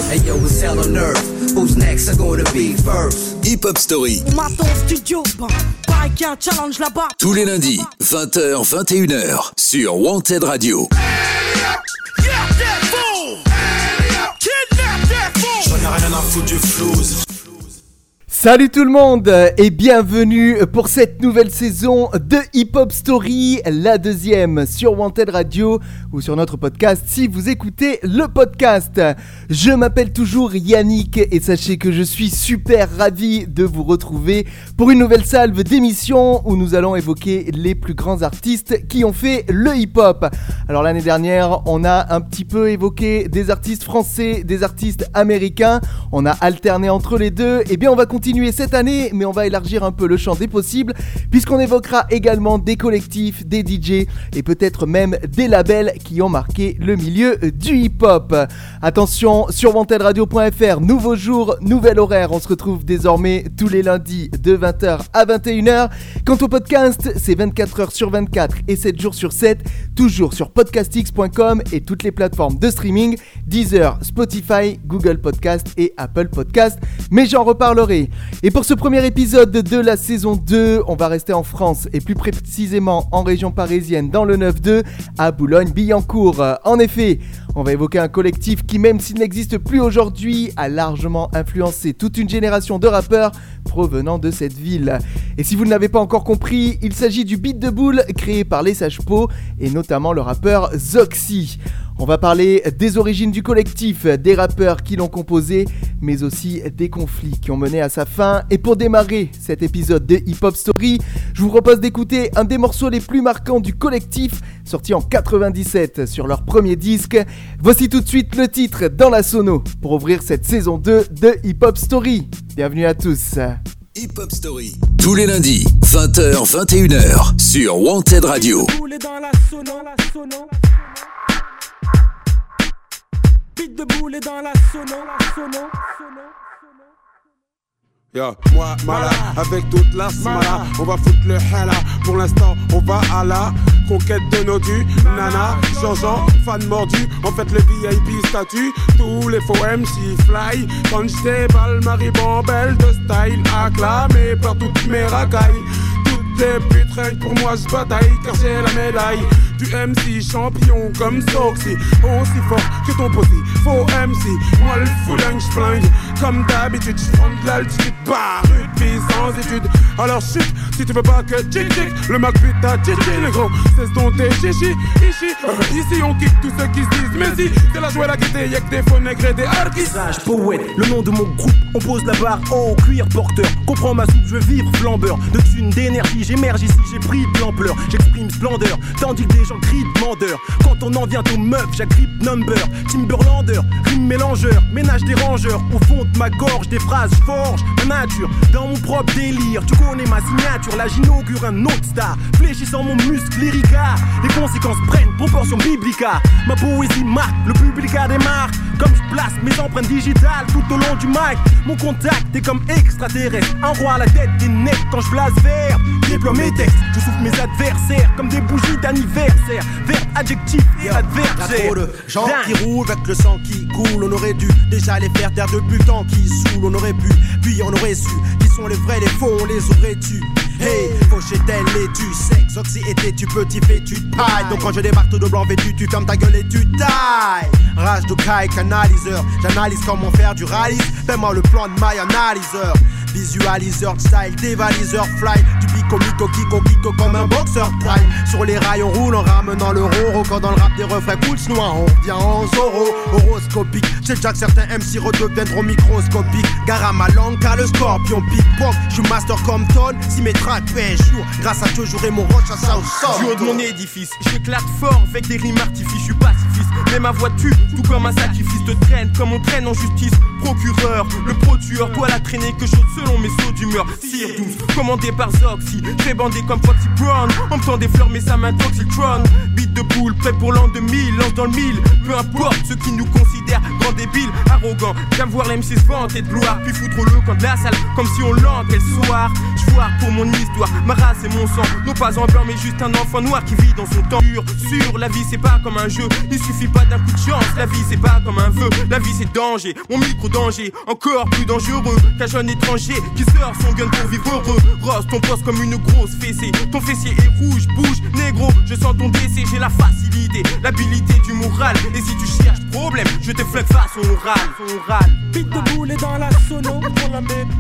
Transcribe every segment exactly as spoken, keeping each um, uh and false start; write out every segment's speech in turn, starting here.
Hey yo, it's hell on earth. Who's next are gonna be first? Hip Hop Story. On m'attend au studio, bah, pareil qu'il y a un challenge là-bas. Tous les lundis, vingt heures, vingt et une heures, sur Wanted Radio. J'en ai rien à foutre du flouze. Salut tout le monde et bienvenue pour cette nouvelle saison de Hip Hop Story, la deuxième sur Wanted Radio ou sur notre podcast si vous écoutez le podcast. Je m'appelle toujours Yannick et sachez que je suis super ravi de vous retrouver pour une nouvelle salve d'émissions où nous allons évoquer les plus grands artistes qui ont fait le hip-hop. Alors l'année dernière, on a un petit peu évoqué des artistes français, des artistes américains, on a alterné entre les deux, et bien on va continuer cette année, mais on va élargir un peu le champ des possibles, puisqu'on évoquera également des collectifs, des D J et peut-être même des labels qui ont marqué le milieu du hip-hop. Attention, sur wanted radio point f r, nouveau jour, nouvel horaire, on se retrouve désormais tous les lundis de vingt heures à vingt et une heures. Quant au podcast, c'est vingt-quatre heures sur vingt-quatre et sept jours sur sept, toujours sur podcastx point com et toutes les plateformes de streaming, Deezer, Spotify, Google Podcast et Apple Podcast, mais j'en reparlerai. Et pour ce premier épisode de la saison deux, on va rester en France et plus précisément en région parisienne dans le neuf deux à Boulogne-Billancourt. En effet, on va évoquer un collectif qui, même s'il n'existe plus aujourd'hui, a largement influencé toute une génération de rappeurs provenant de cette ville. Et si vous ne l'avez pas encore compris, il s'agit du Beat de Boule créé par les Sages-Peaux et notamment le rappeur Zoxy. On va parler des origines du collectif, des rappeurs qui l'ont composé, mais aussi des conflits qui ont mené à sa fin. Et pour démarrer cet épisode de Hip Hop Story, je vous propose d'écouter un des morceaux les plus marquants du collectif, sorti en quatre-vingt-dix-sept sur leur premier disque. Voici tout de suite le titre dans la sono pour ouvrir cette saison deux de Hip Hop Story. Bienvenue à tous. Hip Hop Story. Tous les lundis, vingt heures, vingt et une heures, sur Wanted Radio. Beat de boule et dans la sono, sono, sono. Yeah. Moi, mala, avec toute la smala, on va foutre le hala. Pour l'instant, on va à la conquête de nos dus. Nana, Jean-Jean, fan mordu. En fait, le V I P statut. Tous les faux M C fly. Quand j'étais balle, Marie Bambelle de style acclamé par toutes mes racailles. Toutes les putes, rien que pour moi, je bataille car j'ai la médaille du M C champion comme Zoxy. Aussi fort que ton posi, faux M C. Moi le fouling, j'flingue comme d'habitude. J'prends de l'altitude, bah, rugby sans études. Alors chut, si tu veux pas que tchic tchic, le Mac pute ta tchichi, le gros. Cesse ton tes chichi, ici. euh, Ici on kick tous ceux qui se disent mais si, c'est la joie la gaieté, y'a que des faux nègres et des harkis. Sage poète, le nom de mon groupe, on pose la barre en cuir porteur. Comprends ma soupe, je veux vivre flambeur. De thunes, d'énergie, j'émerge ici, j'ai pris de l'ampleur. J'exprime splendeur, tandis que des gens crient demandeur. Quand on en vient aux meufs, j'agrippe number. Timberlander, rime mélangeur, ménage des rangeurs. Au fond de ma gorge, des phrases, forge ma nature. Dans mon propre délire, tu connais ma signature. Là j'inaugure un autre star, fléchissant mon muscle lyrica. Les conséquences prennent proportion biblica. Ma poésie marque, le public a des marques. Comme je place mes empreintes digitales tout au long du mic. Mon contact est comme extraterrestre. Un roi à la tête des necks quand je blase vert. Déploie mes textes, je souffle mes adversaires comme des bougies d'anniversaire. Verbe, adjectif et adversaire. Y'a trop de gens qui roulent avec le sang qui coule. On aurait dû déjà les faire taire depuis le temps qui saoule. On aurait pu, puis on aurait su qui sont les vrais, les faux, on les aurait tués. Hey, fauché tel les tu sexe, Zoxy était tu petit fait tu tailles. Donc quand je débarque tout de blanc vêtu, tu fermes ta gueule et tu tailles. Rage de caille, canaliseur, j'analyse comment faire du rallye. Fais-moi le plan de my analyseur. Visualiseur, style, dévaliseur, fly. Du bico, mico, kiko, kiko comme un boxeur prime. Sur les rails on roule en ramenant le roro. Quand dans le rap des refrains cool noir, on revient en zoro. Horoscopique, j'ai déjà que certains M C redeviendront microscopiques. Gare à ma langue car le scorpion pickpock. J'suis master comme Todd, si mes tracks pèsent jour. Grâce à Dieu j'aurai mon roche à ça au sol. Du haut de mon édifice, j'éclate fort avec des rimes artifices. J'suis pacifiste, mais ma voix tue, tout comme un sacrifice. Te traîne comme on traîne en justice. Procureur, le pro-tueur, toi la traînée que j'ôte selon mes sauts d'humeur. Sire douze, commandé par Zoxy, fait bander comme Foxy Brown. On me tend des fleurs mais ça m'intoxictron. Beat de boule, prêt pour l'an deux mille, lance dans le mille. Peu importe ceux qui nous considèrent grands débiles. arrogant. J'aime voir l'M C se vanter de gloire, puis foutre le camp de la salle comme si on l'entrait le soir. J'foire pour mon histoire, ma race et mon sang. Non pas un blanc mais juste un enfant noir qui vit dans son temps. Sûr, sûr, la vie c'est pas comme un jeu, il suffit pas d'un coup de chance. La vie c'est pas comme un vœu, la vie c'est danger. Mon micro danger, encore plus dangereux qu'un jeune étranger qui sort son gun pour vivre heureux. Rose ton poste comme une grosse fessée, ton fessier est rouge, bouge, négro. Je sens ton décès, j'ai la facilité, l'habilité du moral. Et si tu cherches problème, je te flingue façon orale, orale. Beat de boule dans la sono pour la mélodie,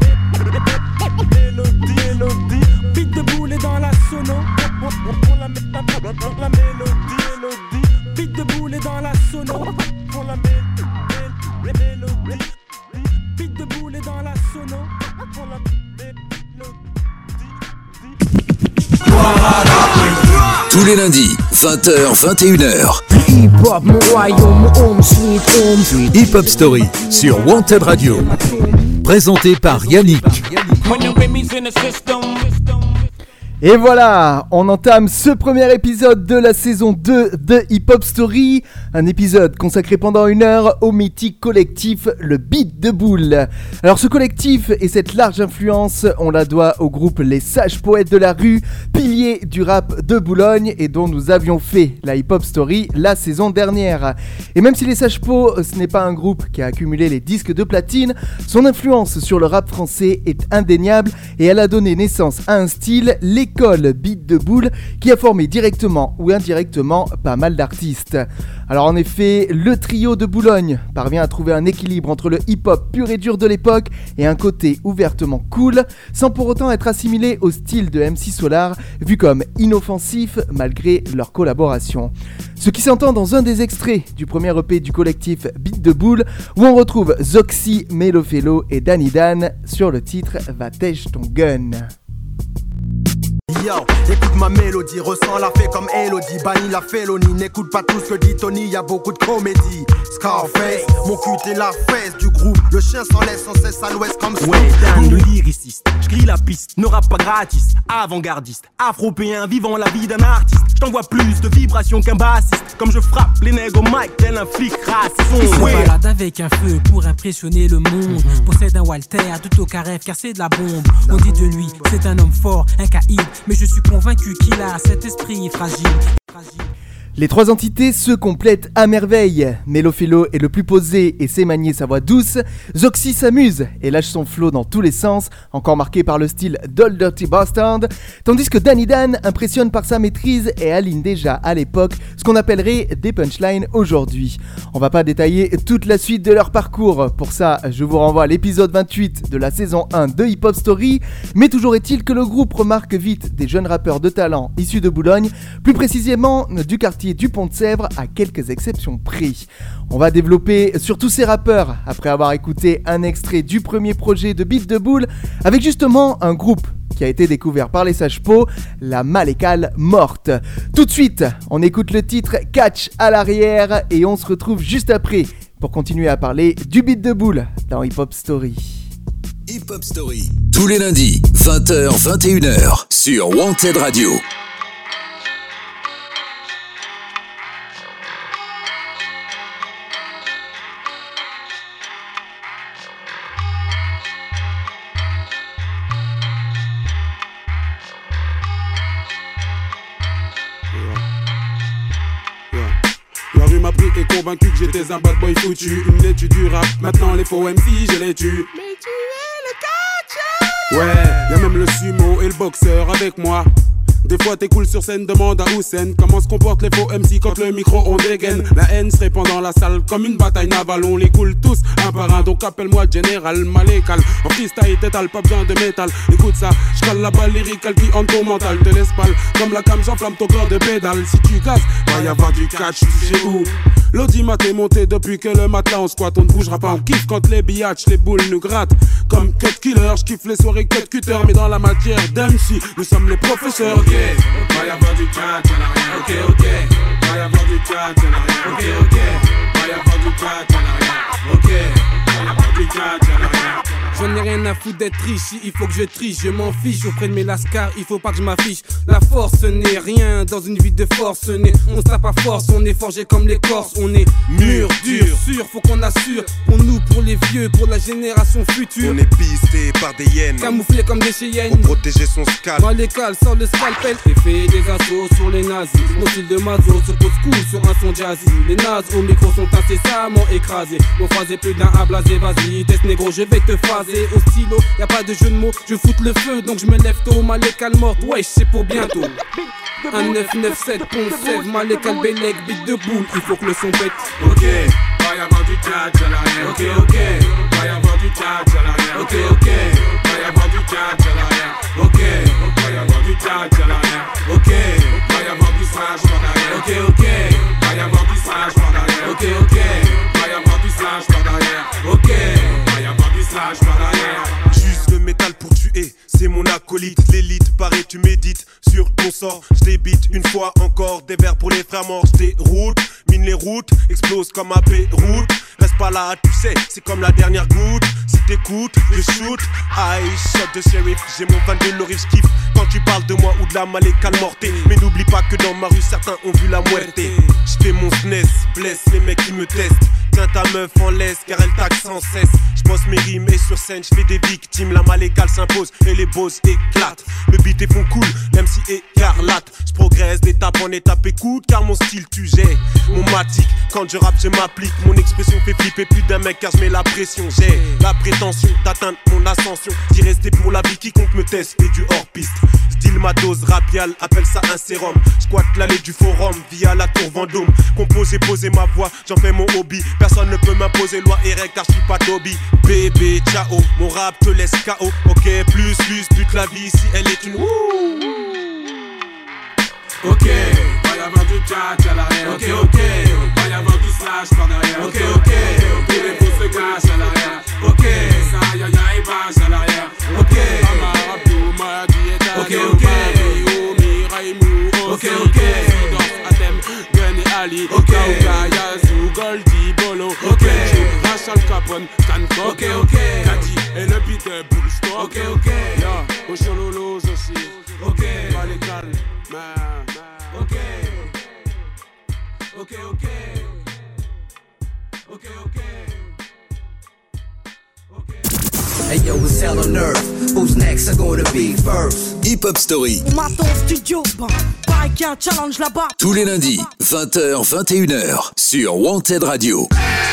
mélodie. Beat de boule dans la sono pour la mélodie, mélodie. Beat de boule dans la sono pour la mélodie. Beat de boule dans la sono pour la mélodie. Tous les lundis, vingt heures, vingt et une heures. Hip-hop, mon royaume, home sweet home. Hip-Hop Story sur Wanted Radio. Présenté par Yannick. Et voilà, on entame ce premier épisode de la saison deux de Hip-Hop Story. Un épisode consacré pendant une heure au mythique collectif Le Beat de Boule. Alors ce collectif et cette large influence, on la doit au groupe Les Sages Poètes de la Rue, pilier du rap de Boulogne et dont nous avions fait la Hip-Hop Story la saison dernière. Et même si Les Sages Po, ce n'est pas un groupe qui a accumulé les disques de platine, son influence sur le rap français est indéniable et elle a donné naissance à un style, l'école Beat de Boule, qui a formé directement ou indirectement pas mal d'artistes. Alors en effet, le trio de Boulogne parvient à trouver un équilibre entre le hip-hop pur et dur de l'époque et un côté ouvertement cool, sans pour autant être assimilé au style de M C Solar, vu comme inoffensif malgré leur collaboration. Ce qui s'entend dans un des extraits du premier E P du collectif Beat de Boule, où on retrouve Zoxy, Melofelo et Danny Dan sur le titre Va-tèche ton gun. Yo, écoute ma mélodie, ressens la fée comme Elodie. Bannis la félonie, n'écoute pas tout ce que dit Tony, y'a beaucoup de comédie. Scarface, mon cul t'es la fesse du groupe. Le chien s'en laisse sans cesse à l'ouest comme Snoop. Ouais, Dan le lyriciste, j'grille la piste, ne rappe pas gratis. Avant-gardiste, afropéen, vivant la vie d'un artiste. J't'envoie plus de vibrations qu'un bassiste. Comme je frappe les nègres au mic, tel un flic raciste. Il se balade avec un feu pour impressionner le monde. Mm-hmm. Possède un Walter, tout au carré, car c'est de la bombe. On dit de lui, c'est un homme fort, un caïd. Mais je suis convaincu qu'il a cet esprit fragile. fragile. Les trois entités se complètent à merveille. Melofelo est le plus posé et sait manier sa voix douce. Zoxy s'amuse et lâche son flow dans tous les sens, encore marqué par le style d'Old Dirty Bastard. Tandis que Danny Dan impressionne par sa maîtrise et aligne déjà à l'époque ce qu'on appellerait des punchlines aujourd'hui. On va pas détailler toute la suite de leur parcours. Pour ça, je vous renvoie à l'épisode vingt-huit de la saison un de Hip Hop Story. Mais toujours est-il que le groupe remarque vite des jeunes rappeurs de talent issus de Boulogne, plus précisément du quartier du Pont de Sèvres, à quelques exceptions près. On va développer sur tous ces rappeurs après avoir écouté un extrait du premier projet de Beat de Boule avec justement un groupe qui a été découvert par les Sages Po, la Malécale Morte. Tout de suite, on écoute le titre Catch à l'arrière et on se retrouve juste après pour continuer à parler du Beat de Boule dans Hip Hop Story. Hip Hop Story, tous les lundis, vingt heures, vingt et une heures sur Wanted Radio. M'a pris et convaincu que j'étais un bad boy foutu. Une laitue du rap, maintenant les faux M C je les tue. Mais tu es le catcheur. Ouais, y'a même le sumo et le boxeur avec moi. Des fois t'es cool sur scène, demande à Houssen comment se comportent les faux M C quand le micro on dégaine. La haine se répand dans la salle comme une bataille navale. On les coule tous un par un, donc appelle-moi Général Malécale. En freestyle t'étales, pas besoin de métal. Écoute ça, j'cale la balle lyrique, qui entre ton mental. Te laisse pas comme la cam, j'enflamme ton corps de pédale. Si tu casses, va y avoir du catch, tu sais où. L'audimat est monté depuis que le matin on squatte. On ne bougera pas, on kiffe quand les biatchs, les boules nous grattent. Comme cut killer, j'kiffe les soirées cut cutter. Mais dans la matière d'M C, nous sommes les professeurs. Ok, va y avoir du catch, y'en a rien. Ok, ok, va y avoir du catch, y'en a rien. Ok, ok, va y avoir du catch, y'en a rien. Ok, va y avoir du catch, y'en a rien. J'en ai rien à foutre d'être riche, si il faut que je triche, je m'en fiche. Auprès de mes lascars, il faut pas que je m'affiche. La force n'est rien dans une vie de force n'est. On se tape à force, on est forgé comme les Corses. On est mûr, dur, sûr, faut qu'on assure. Pour nous, pour les vieux, pour la génération future. On est pisté par des hyènes, camouflés comme des cheyennes, pour protéger son scalp. Malécal sort le scalpel et fait des assauts sur les nazis. Nos styles de mazo se pose coup sur un son jazzy. Les nazes au micro sont incessamment écrasés. Mon phrase est plus d'un à blaser, vas-y, test négro, je vais te phaser. Au stylo, y a pas de jeu de mots, je foute le feu, donc je me lève tôt. Malécal morte, wesh, c'est pour bientôt. Un neuf neuf sept, Pont Sèvres, Malécal Bélec, bite de boule, il faut que le son pète. Ok, va y avoir du catch à l'arrière. Ok, ok, va y avoir du catch à l'arrière. Ok, ok, va y avoir du catch à l'arrière. Ok, va y avoir du catch à l'arrière. Ok, va y avoir du slash par derrière. Ok, ok, va y avoir du slash par derrière. Ok, ok, va y avoir du slash par derrière. Ok, va y avoir du slash par derrière. J'use le métal pour tuer, c'est mon acolyte. L'élite paraît, tu médites sur ton sort. J'débite une fois encore des vers pour les frères morts. J'déroute, mine les routes, explose comme à Beyrouth. Reste pas là, tu sais, c'est comme la dernière goutte. Si t'écoutes, je shoot, I shot the sheriff. J'ai mon vingt-deux, le riff, j'kiffe quand tu parles de moi ou de la Malécal morte. Mais n'oublie pas que dans ma rue, certains ont vu la muerte. J'fais mon S N E S, blesse les mecs qui me testent. Tiens ta meuf en laisse car elle taxe sans cesse. J'bosse mes rimes et sur scène j'fais des victimes. La Malécal s'impose et les boss éclatent. Le beat est fond cool, même si écarlate. J'progresse d'étape en étape, écoute car mon style tu jettes. Mon matic, quand je rappe je m'applique. Mon expression fait flipper plus d'un mec car j'mets la pression. J'ai la prétention d'atteindre mon ascension. D'y rester pour la vie, quiconque me teste et du hors-piste. Style ma dose rapiale, appelle ça un sérum. Squatte l'allée du forum via la tour Vendôme. Composer, poser ma voix, j'en fais mon hobby. Personne ne peut m'imposer loi et règle car je suis pas Toby. Bébé, ciao, mon rap te laisse K O. Ok, plus, plus, bute la vie si elle est une wouh. Ok, va y avoir du catch à l'arrière. Ok, ok, va y avoir du slash par derrière. Ok, ok, tous les faux se cachent à l'arrière. Ok, ça y a ya et bâche à l'arrière. Ok, Amarabou, Madieta. Ok, ok, Omi, Raimou, ok, ok, Sidorf, Atem, Gun et Ali. Ok, Yazoo, Goldie, Bolo. Ok, Rachel Capone, Stancock. Ok, ok, Kadi et le beat de Bullstock. Ok, ok, ya, Oshololos aussi. Ok, Malécal, man. Ok, ok, ok, ok, ok. Hey yo, it's hell on earth. Who's next are gonna be first? Hip Hop Story. On m'attend au studio, bah, pareil qu'il y a un challenge là-bas. Tous les lundis, vingt heures, vingt et une heures, sur Wanted Radio.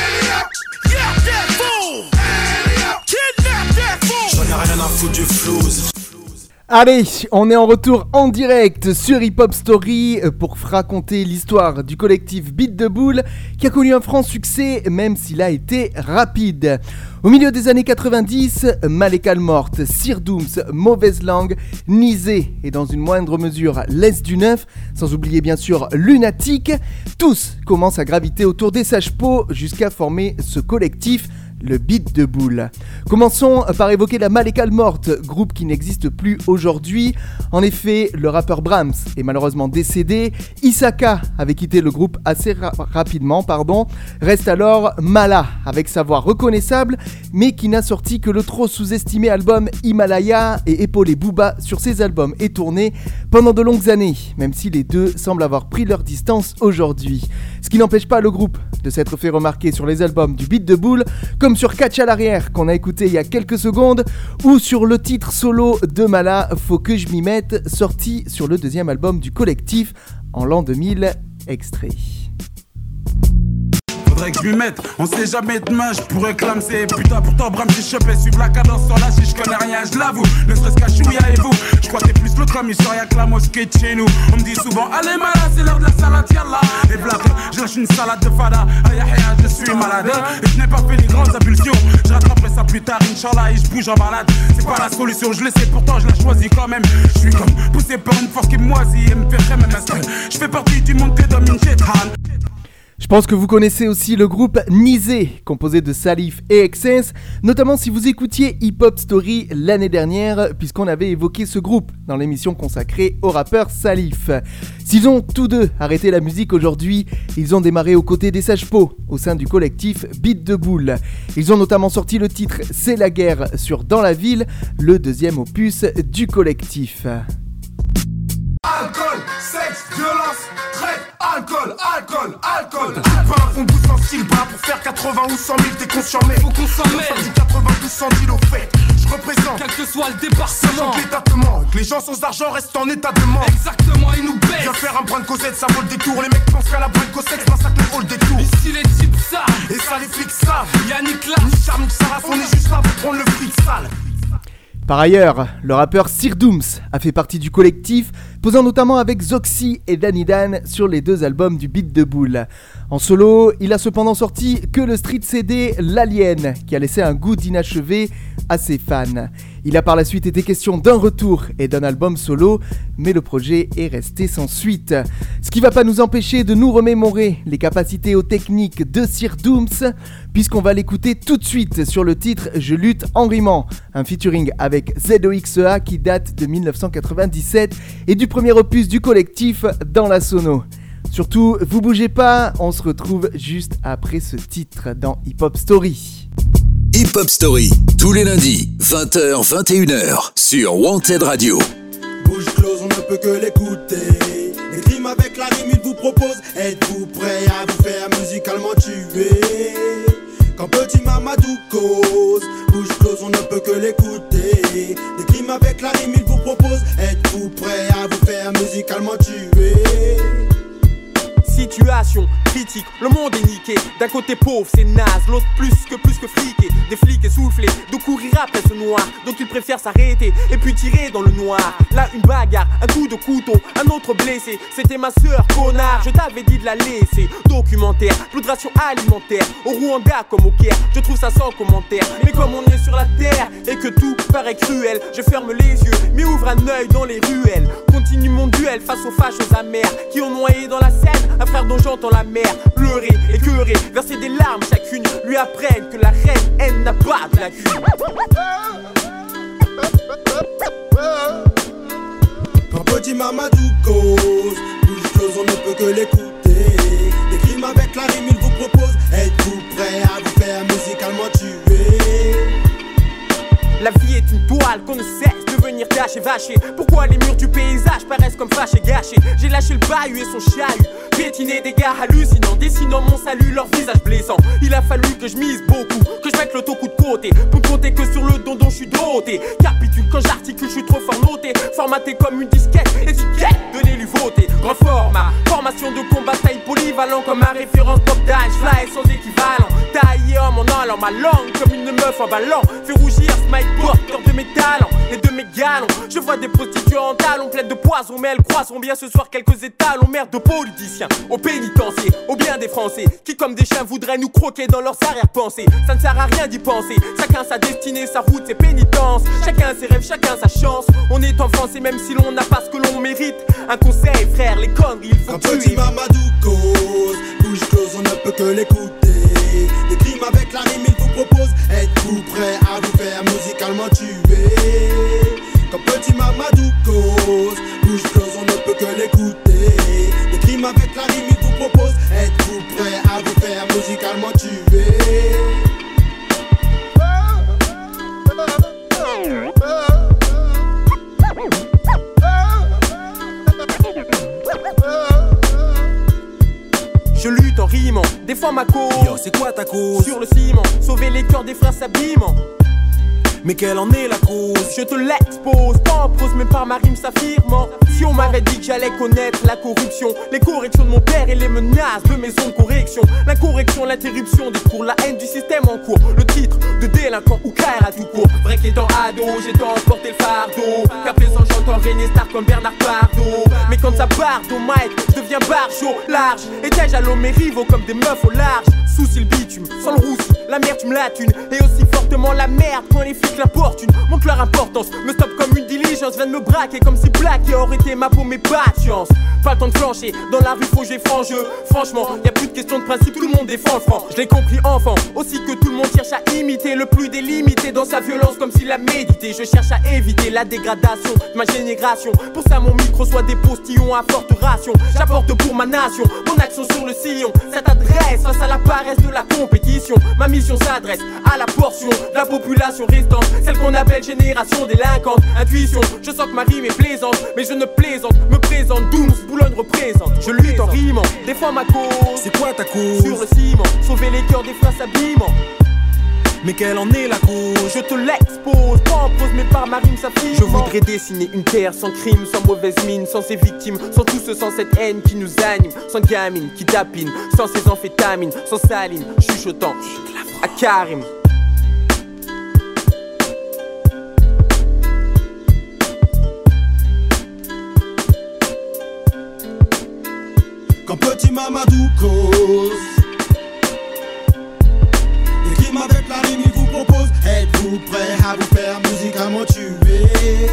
J'en ai rien à foutre du flouze. Allez, on est en retour en direct sur Hip Hop Story pour raconter l'histoire du collectif Beat de Boule qui a connu un franc succès même s'il a été rapide. Au milieu des années quatre-vingt-dix, Malécal morte, Sir Dooms, Mauvaise Langue, Nizé et dans une moindre mesure l'Est du Neuf, sans oublier bien sûr Lunatique, tous commencent à graviter autour des sages-pots jusqu'à former ce collectif, le Beat de Boule. Commençons par évoquer la Malécal morte, groupe qui n'existe plus aujourd'hui. En effet, le rappeur Brahms est malheureusement décédé. Issaka avait quitté le groupe assez ra- rapidement, pardon. Reste alors Mala, avec sa voix reconnaissable, mais qui n'a sorti que le trop sous-estimé album Himalaya et épaulé Booba sur ses albums et tournées pendant de longues années, même si les deux semblent avoir pris leur distance aujourd'hui. Ce qui n'empêche pas le groupe de s'être fait remarquer sur les albums du Beat de Boule, comme sur Catch à l'arrière qu'on a écouté il y a quelques secondes, ou sur le titre solo de Mala, Faut que je m'y mette, sorti sur le deuxième album du collectif en l'an deux mille, extrait. Faudrait que je m'y mette, on sait jamais demain, je pourrais clamser. Putain, pourtant, Bram, j'ai chopé, suivre la cadence sur la si je connais rien, je l'avoue. Ne serait-ce qu'à Chouïa et vous, je crois que t'es plus l'autre comme histoire, y'a que la mosquée de chez nous. On me dit souvent, allez, malade, c'est l'heure de la salade, yallah. Et blague, je lâche une salade de fada, aïe aïe aïe, je suis malade. Et je n'ai pas fait les grandes impulsions, je rattraperai ça plus tard, Inch'Allah, et je bouge en balade. C'est pas la solution, je l'essaie, pourtant je la choisis quand même. Je suis comme poussé par une force qui me moisit et me fait très même. Je fais partie du monde que domine Chethan. Je pense que vous connaissez aussi le groupe Nizé, composé de Salif et Exens, notamment si vous écoutiez Hip Hop Story l'année dernière, puisqu'on avait évoqué ce groupe dans l'émission consacrée au rappeur Salif. S'ils ont tous deux arrêté la musique aujourd'hui, ils ont démarré aux côtés des Sages-Peaux, au sein du collectif Beat de Boule. Ils ont notamment sorti le titre C'est la guerre sur Dans la ville, le deuxième opus du collectif. Alcool, sexe, violence, traite, alcool, alcool, alcool. Pas un fond de douze centimes, bras pour faire quatre-vingts ou cent mille, t'es conscient, mais faut qu'on s'en mêle. Du quatre-vingt-douze centimes au fait, je représente, quel que soit le département. L'état de manque, que les gens sans argent restent en état de manque. Exactement, ils nous baissent. Viens faire un brin de Cosette, ça vaut le détour. Les mecs pensent qu'à la brin de Cosette, massacre le hall des tours. Ici les types savent, et ça les flics savent. Y'a ni classe, ni charme, ni Sarah, on est juste là pour prendre le fric sale. Par ailleurs, le rappeur Sir Dooms a fait partie du collectif, posant notamment avec Zoxy et Danny Dan sur les deux albums du Beat de Boule. En solo, il a cependant sorti que le street C D L'Alien, qui a laissé un goût d'inachevé à ses fans. Il a par la suite été question d'un retour et d'un album solo, mais le projet est resté sans suite. Ce qui va pas nous empêcher de nous remémorer les capacités aux techniques de Sir Dooms, puisqu'on va l'écouter tout de suite sur le titre Je lutte en rimant, un featuring avec Z O X E A qui date de dix-neuf cent quatre-vingt-dix-sept et du premier opus du collectif Dans la Sono. Surtout, vous bougez pas, on se retrouve juste après ce titre dans Hip Hop Story. Hip Hop Story, tous les lundis, vingt heures vingt et une heures, sur Wanted Radio. Bouche close, on ne peut que l'écouter. Les rimes avec la rime, il vous propose. Êtes-vous prêts à vous faire musicalement tuer? Quand petit Mamadou cause, bouche close, on ne peut que l'écouter. Les rimes avec la rime, il vous propose. Êtes-vous prêts à vous faire musicalement tuer? Situation critique, le monde est niqué. D'un côté pauvre, c'est naze, l'autre plus que plus que fliqué. Des flics essoufflés, de courir après ce noir. Donc ils préfèrent s'arrêter et puis tirer dans le noir. Là une bagarre, un coup de couteau, un autre blessé. C'était ma sœur, connard, je t'avais dit de la laisser. Documentaire, plus de ration alimentaire. Au Rwanda comme au Caire, je trouve ça sans commentaire. Mais comme on est sur la terre et que tout paraît cruel, je ferme les yeux, mais ouvre un œil dans les ruelles. Continue mon duel face aux fâches amères qui ont noyé dans la Seine un frère dont j'entends la mère pleurer, écœurer, verser des larmes chacune. Lui apprennent que la reine, elle n'a pas de lacune. Quand petit Mamadou cause, bouche close, on ne peut que l'écouter. Des crimes avec la rime, il vous propose. Êtes-vous prêts à vous faire musicalement tuer? La vie est une toile qu'on ne cesse de venir tâcher, vacher. Pourquoi les murs du paysage paraissent comme fâchés, gâchés? J'ai lâché le bahut et son chahut, piétiné des gars hallucinants, dessinant mon salut, leur visage blessant. Il a fallu que je mise beaucoup, que je mette l'auto coup de côté, pour ne compter que sur le don dont je suis doté. Capitule quand j'articule, je suis trop fort noté, formaté comme une disquette, étiquette, donnez-lui voter. Grand format, formation de combat, taille polyvalent, comme ma référence Bob Dash, fly sans équivalent. Taillé homme en allant ma langue, comme une meuf en ballon, fait rougir smile porteur de mes talents et de mes galons. Je vois des prostituées en talons pleines de poison, mais elles croiseront bien ce soir quelques étalons. Merde de politiciens, au pénitencier, au bien des Français, qui comme des chiens voudraient nous croquer dans leurs arrière-pensées. Ça ne sert à rien d'y penser, chacun sa destinée, sa route, ses pénitences. Chacun ses rêves, chacun sa chance. On est en France et même si l'on n'a pas ce que l'on mérite, un conseil frère, les conneries, il faut quand tuer. Petit Mamadou cause, bouche close, on ne peut que l'écouter. Des crimes avec la rime, il vous propose. Êtes-vous prêts à vous faire musicalement tuer? Quand petit Mamadou cause, bouche close, on ne peut que l'écouter. Des crimes avec la rime, il vous propose. Êtes-vous prêts à vous faire musicalement tuer? Je lutte en rimant, défends ma cause. Yo, c'est quoi ta cause? Sur le ciment, sauver les cœurs des frères s'abîmant. Mais quelle en est la cause? Je te l'expose, pas en prose mais par ma rime s'affirmant. Si on m'avait dit que j'allais connaître la corruption, les corrections de mon père et les menaces de mes ondes correction. L'incorrection, l'interruption des cours, la haine du système en cours. Le titre de délinquant ou carrière à tout court. Vrai qu'étant ado, j'ai tant porté le fardeau, qu'à présent j'entends régner star comme Bernard Pardo. Mais quand ça part au mic, je deviens barjo, large. Étais-je à l'eau mes rivaux comme des meufs au large. Souci le bitume, sans le roussi, la merde tu me la thune. Et aussi fortement la merde quand les flics l'importunent. Montre leur importance, me stoppe comme une diligence conscience vient de me braquer comme si Black aurait été ma peau, mais pas de chance. Pas le temps de flancher, dans la rue faut jouer franc jeu. Franchement, y'a plus de question de principe, tout le monde défend le franc. Je l'ai compris enfant, aussi que tout le monde cherche à imiter le plus délimité dans sa violence comme s'il a médité. Je cherche à éviter la dégradation de ma génération. Pour ça mon micro soit des postillons à forte ration. J'apporte pour ma nation, mon action sur le sillon. Cette adresse face à la paresse de la compétition. Ma mission s'adresse à la portion de la population restante, celle qu'on appelle génération délinquante. Intuition, je sens que ma rime est plaisante, mais je ne plaisante, me présente, Dooms, Boulogne représente. Je lutte en rimant, défends ma cause. C'est quoi ta cause? Sur le ciment, sauver les cœurs des flins s'abîmant. Mais quelle en est la cause? Je te l'expose, pas en prose mais par ma rime s'affirme. Je voudrais dessiner une terre sans crime, sans mauvaise mine, sans ses victimes, sans tout ce, sans cette haine qui nous anime, sans gamine qui tapine, sans ses amphétamines, sans saline, chuchotant à Karim. Quand petit Mamadou cause, et qui avec la rime il vous propose, êtes-vous prêt à vous faire musicalement tuer?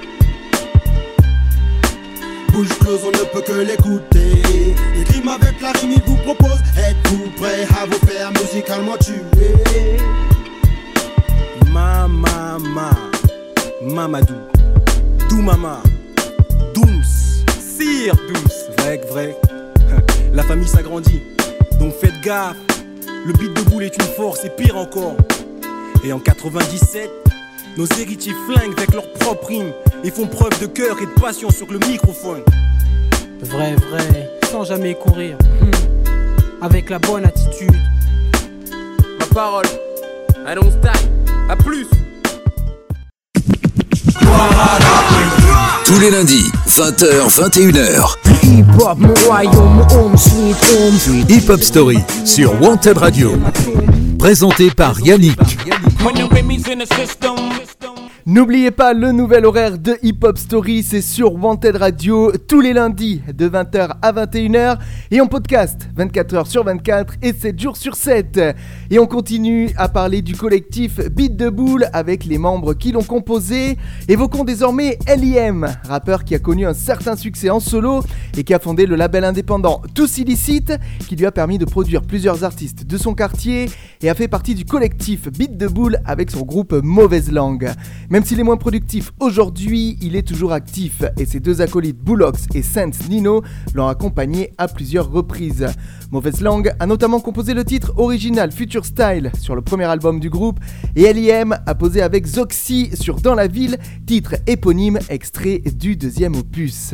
Bouche close, on ne peut que l'écouter. Et qui avec la rime il vous propose, êtes-vous prêt à vous faire musicalement tuer? Mama, ma, Mamadou, Dou Mama, Dooms, Sire Dooms. Vrai, vrai. La famille s'agrandit, donc faites gaffe. Le beat de boule est une force et pire encore. Et en quatre-vingt-dix-sept, nos héritiers flinguent avec leurs propres rimes et font preuve de cœur et de passion sur le microphone. Vrai, vrai, sans jamais courir, hmm. Avec la bonne attitude. Ma parole, I don't style, à plus. Tous les lundis, vingt heures, vingt et une heures. Hip Hop Story sur Wanted Radio. Présenté par Yannick. N'oubliez pas le nouvel horaire de Hip Hop Story, c'est sur Wanted Radio tous les lundis de vingt heures à vingt et une heures et en podcast vingt-quatre heures sur vingt-quatre et sept jours sur sept. Et on continue à parler du collectif Beat de Boule avec les membres qui l'ont composé. Évoquons désormais L I M, rappeur qui a connu un certain succès en solo et qui a fondé le label indépendant Tous Illicite, qui lui a permis de produire plusieurs artistes de son quartier et a fait partie du collectif Beat de Boule avec son groupe Mauvaise Langue. Même s'il est moins productif aujourd'hui, il est toujours actif et ses deux acolytes Bullocks et Sense Nino l'ont accompagné à plusieurs reprises. Mauvaise Langue a notamment composé le titre original Future Style sur le premier album du groupe et L I M a posé avec Zoxy sur Dans la Ville, titre éponyme extrait du deuxième opus.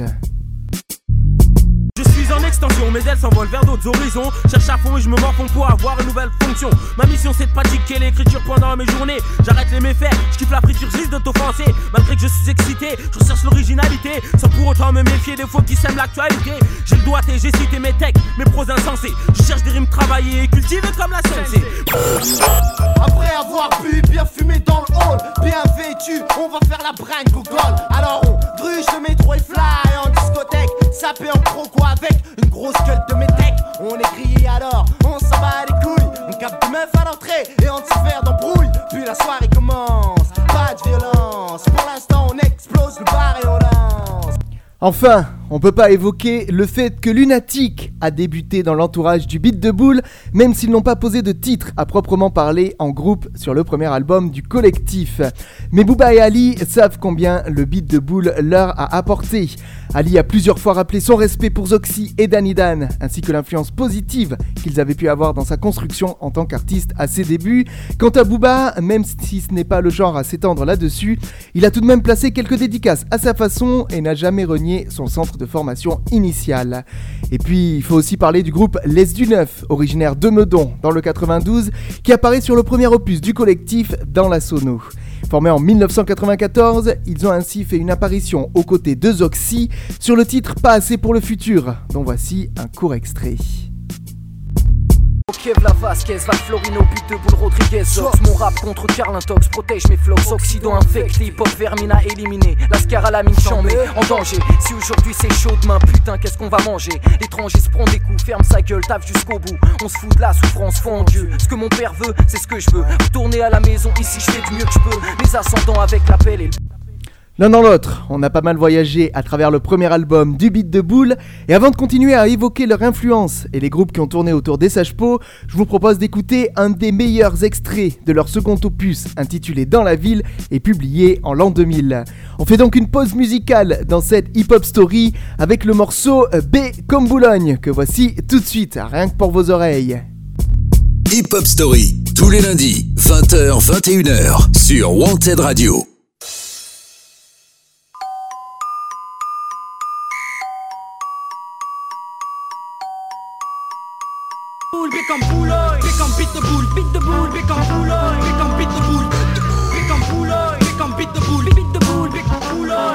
Je suis en extension, mes ailes s'envolent vers d'autres horizons. Cherche à fond et je me morfonds pour avoir une nouvelle fonction. Ma mission c'est de pratiquer l'écriture pendant mes journées. J'arrête les méfaits, je kiffe la friture, juste de t'offenser. Malgré que je suis excité, je recherche l'originalité, sans pour autant me méfier des faux qui sèment l'actualité. J'ai le doigté, j'ai cité mes textes, mes pros insensés. Je cherche des rimes travaillées et cultivées comme la Sensei. Après avoir bu, bien fumé dans le hall, bien vêtu, on va faire la bringue Google. Alors on gruge le métro et fly en discothèque, sapé en croco avec une grosse gueule de métèque. On est grillé alors, on s'en bat les couilles. On capte des meufs à l'entrée et on se fait d'embrouille. Puis la soirée commence, pas de violence. Pour l'instant on explose le bar et on lance. Enfin, on peut pas évoquer le fait que Lunatic a débuté dans l'entourage du Beat de Boule, même s'ils n'ont pas posé de titre à proprement parler en groupe sur le premier album du collectif. Mais Booba et Ali savent combien le Beat de Boule leur a apporté. Ali a plusieurs fois rappelé son respect pour Zoxy et Danny Dan, ainsi que l'influence positive qu'ils avaient pu avoir dans sa construction en tant qu'artiste à ses débuts. Quant à Booba, même si ce n'est pas le genre à s'étendre là-dessus, il a tout de même placé quelques dédicaces à sa façon et n'a jamais renié son centre de formation initiale. Et puis, il faut aussi parler du groupe Les du Neuf, originaire de Meudon, dans le quatre-vingt-douze, qui apparaît sur le premier opus du collectif Dans la Sono. Formés en dix-neuf cent quatre-vingt-quatorze, ils ont ainsi fait une apparition aux côtés de Zoxy sur le titre Pas assez pour le futur, dont voici un court extrait. Kiev, la Vasquez, Val Florino, but de boule Rodriguez. Zox, mon rap contre Karl Intox, protège mes flows. Occident infecté, hip-hop vermine à éliminer. Lascar à la mine chambée, en danger. Si aujourd'hui c'est chaud, demain putain qu'est-ce qu'on va manger. L'étranger se prend des coups, ferme sa gueule, taffe jusqu'au bout. On se fout de la souffrance, fondue. Ce que mon père veut, c'est ce que je veux. Retourner à la maison, ici je fais du mieux que je peux. Les ascendants avec la pelle et le... L'un dans l'autre, on a pas mal voyagé à travers le premier album du Beat de Boule, et avant de continuer à évoquer leur influence et les groupes qui ont tourné autour des Sages-Peaux, je vous propose d'écouter un des meilleurs extraits de leur second opus intitulé Dans la ville et publié en l'an deux mille. On fait donc une pause musicale dans cette hip-hop story avec le morceau B comme Boulogne que voici tout de suite, rien que pour vos oreilles. Hip Hop Story, tous les lundis, vingt heures vingt et une heures, sur Wanted Radio. Boule, bec comme Boulogne, bec comme bite de boule, bite de boule, bec comme Boulogne, bec comme bite de boule, bec comme Boulogne, bec comme bite de boule, bite de boule, bec comme Boulogne.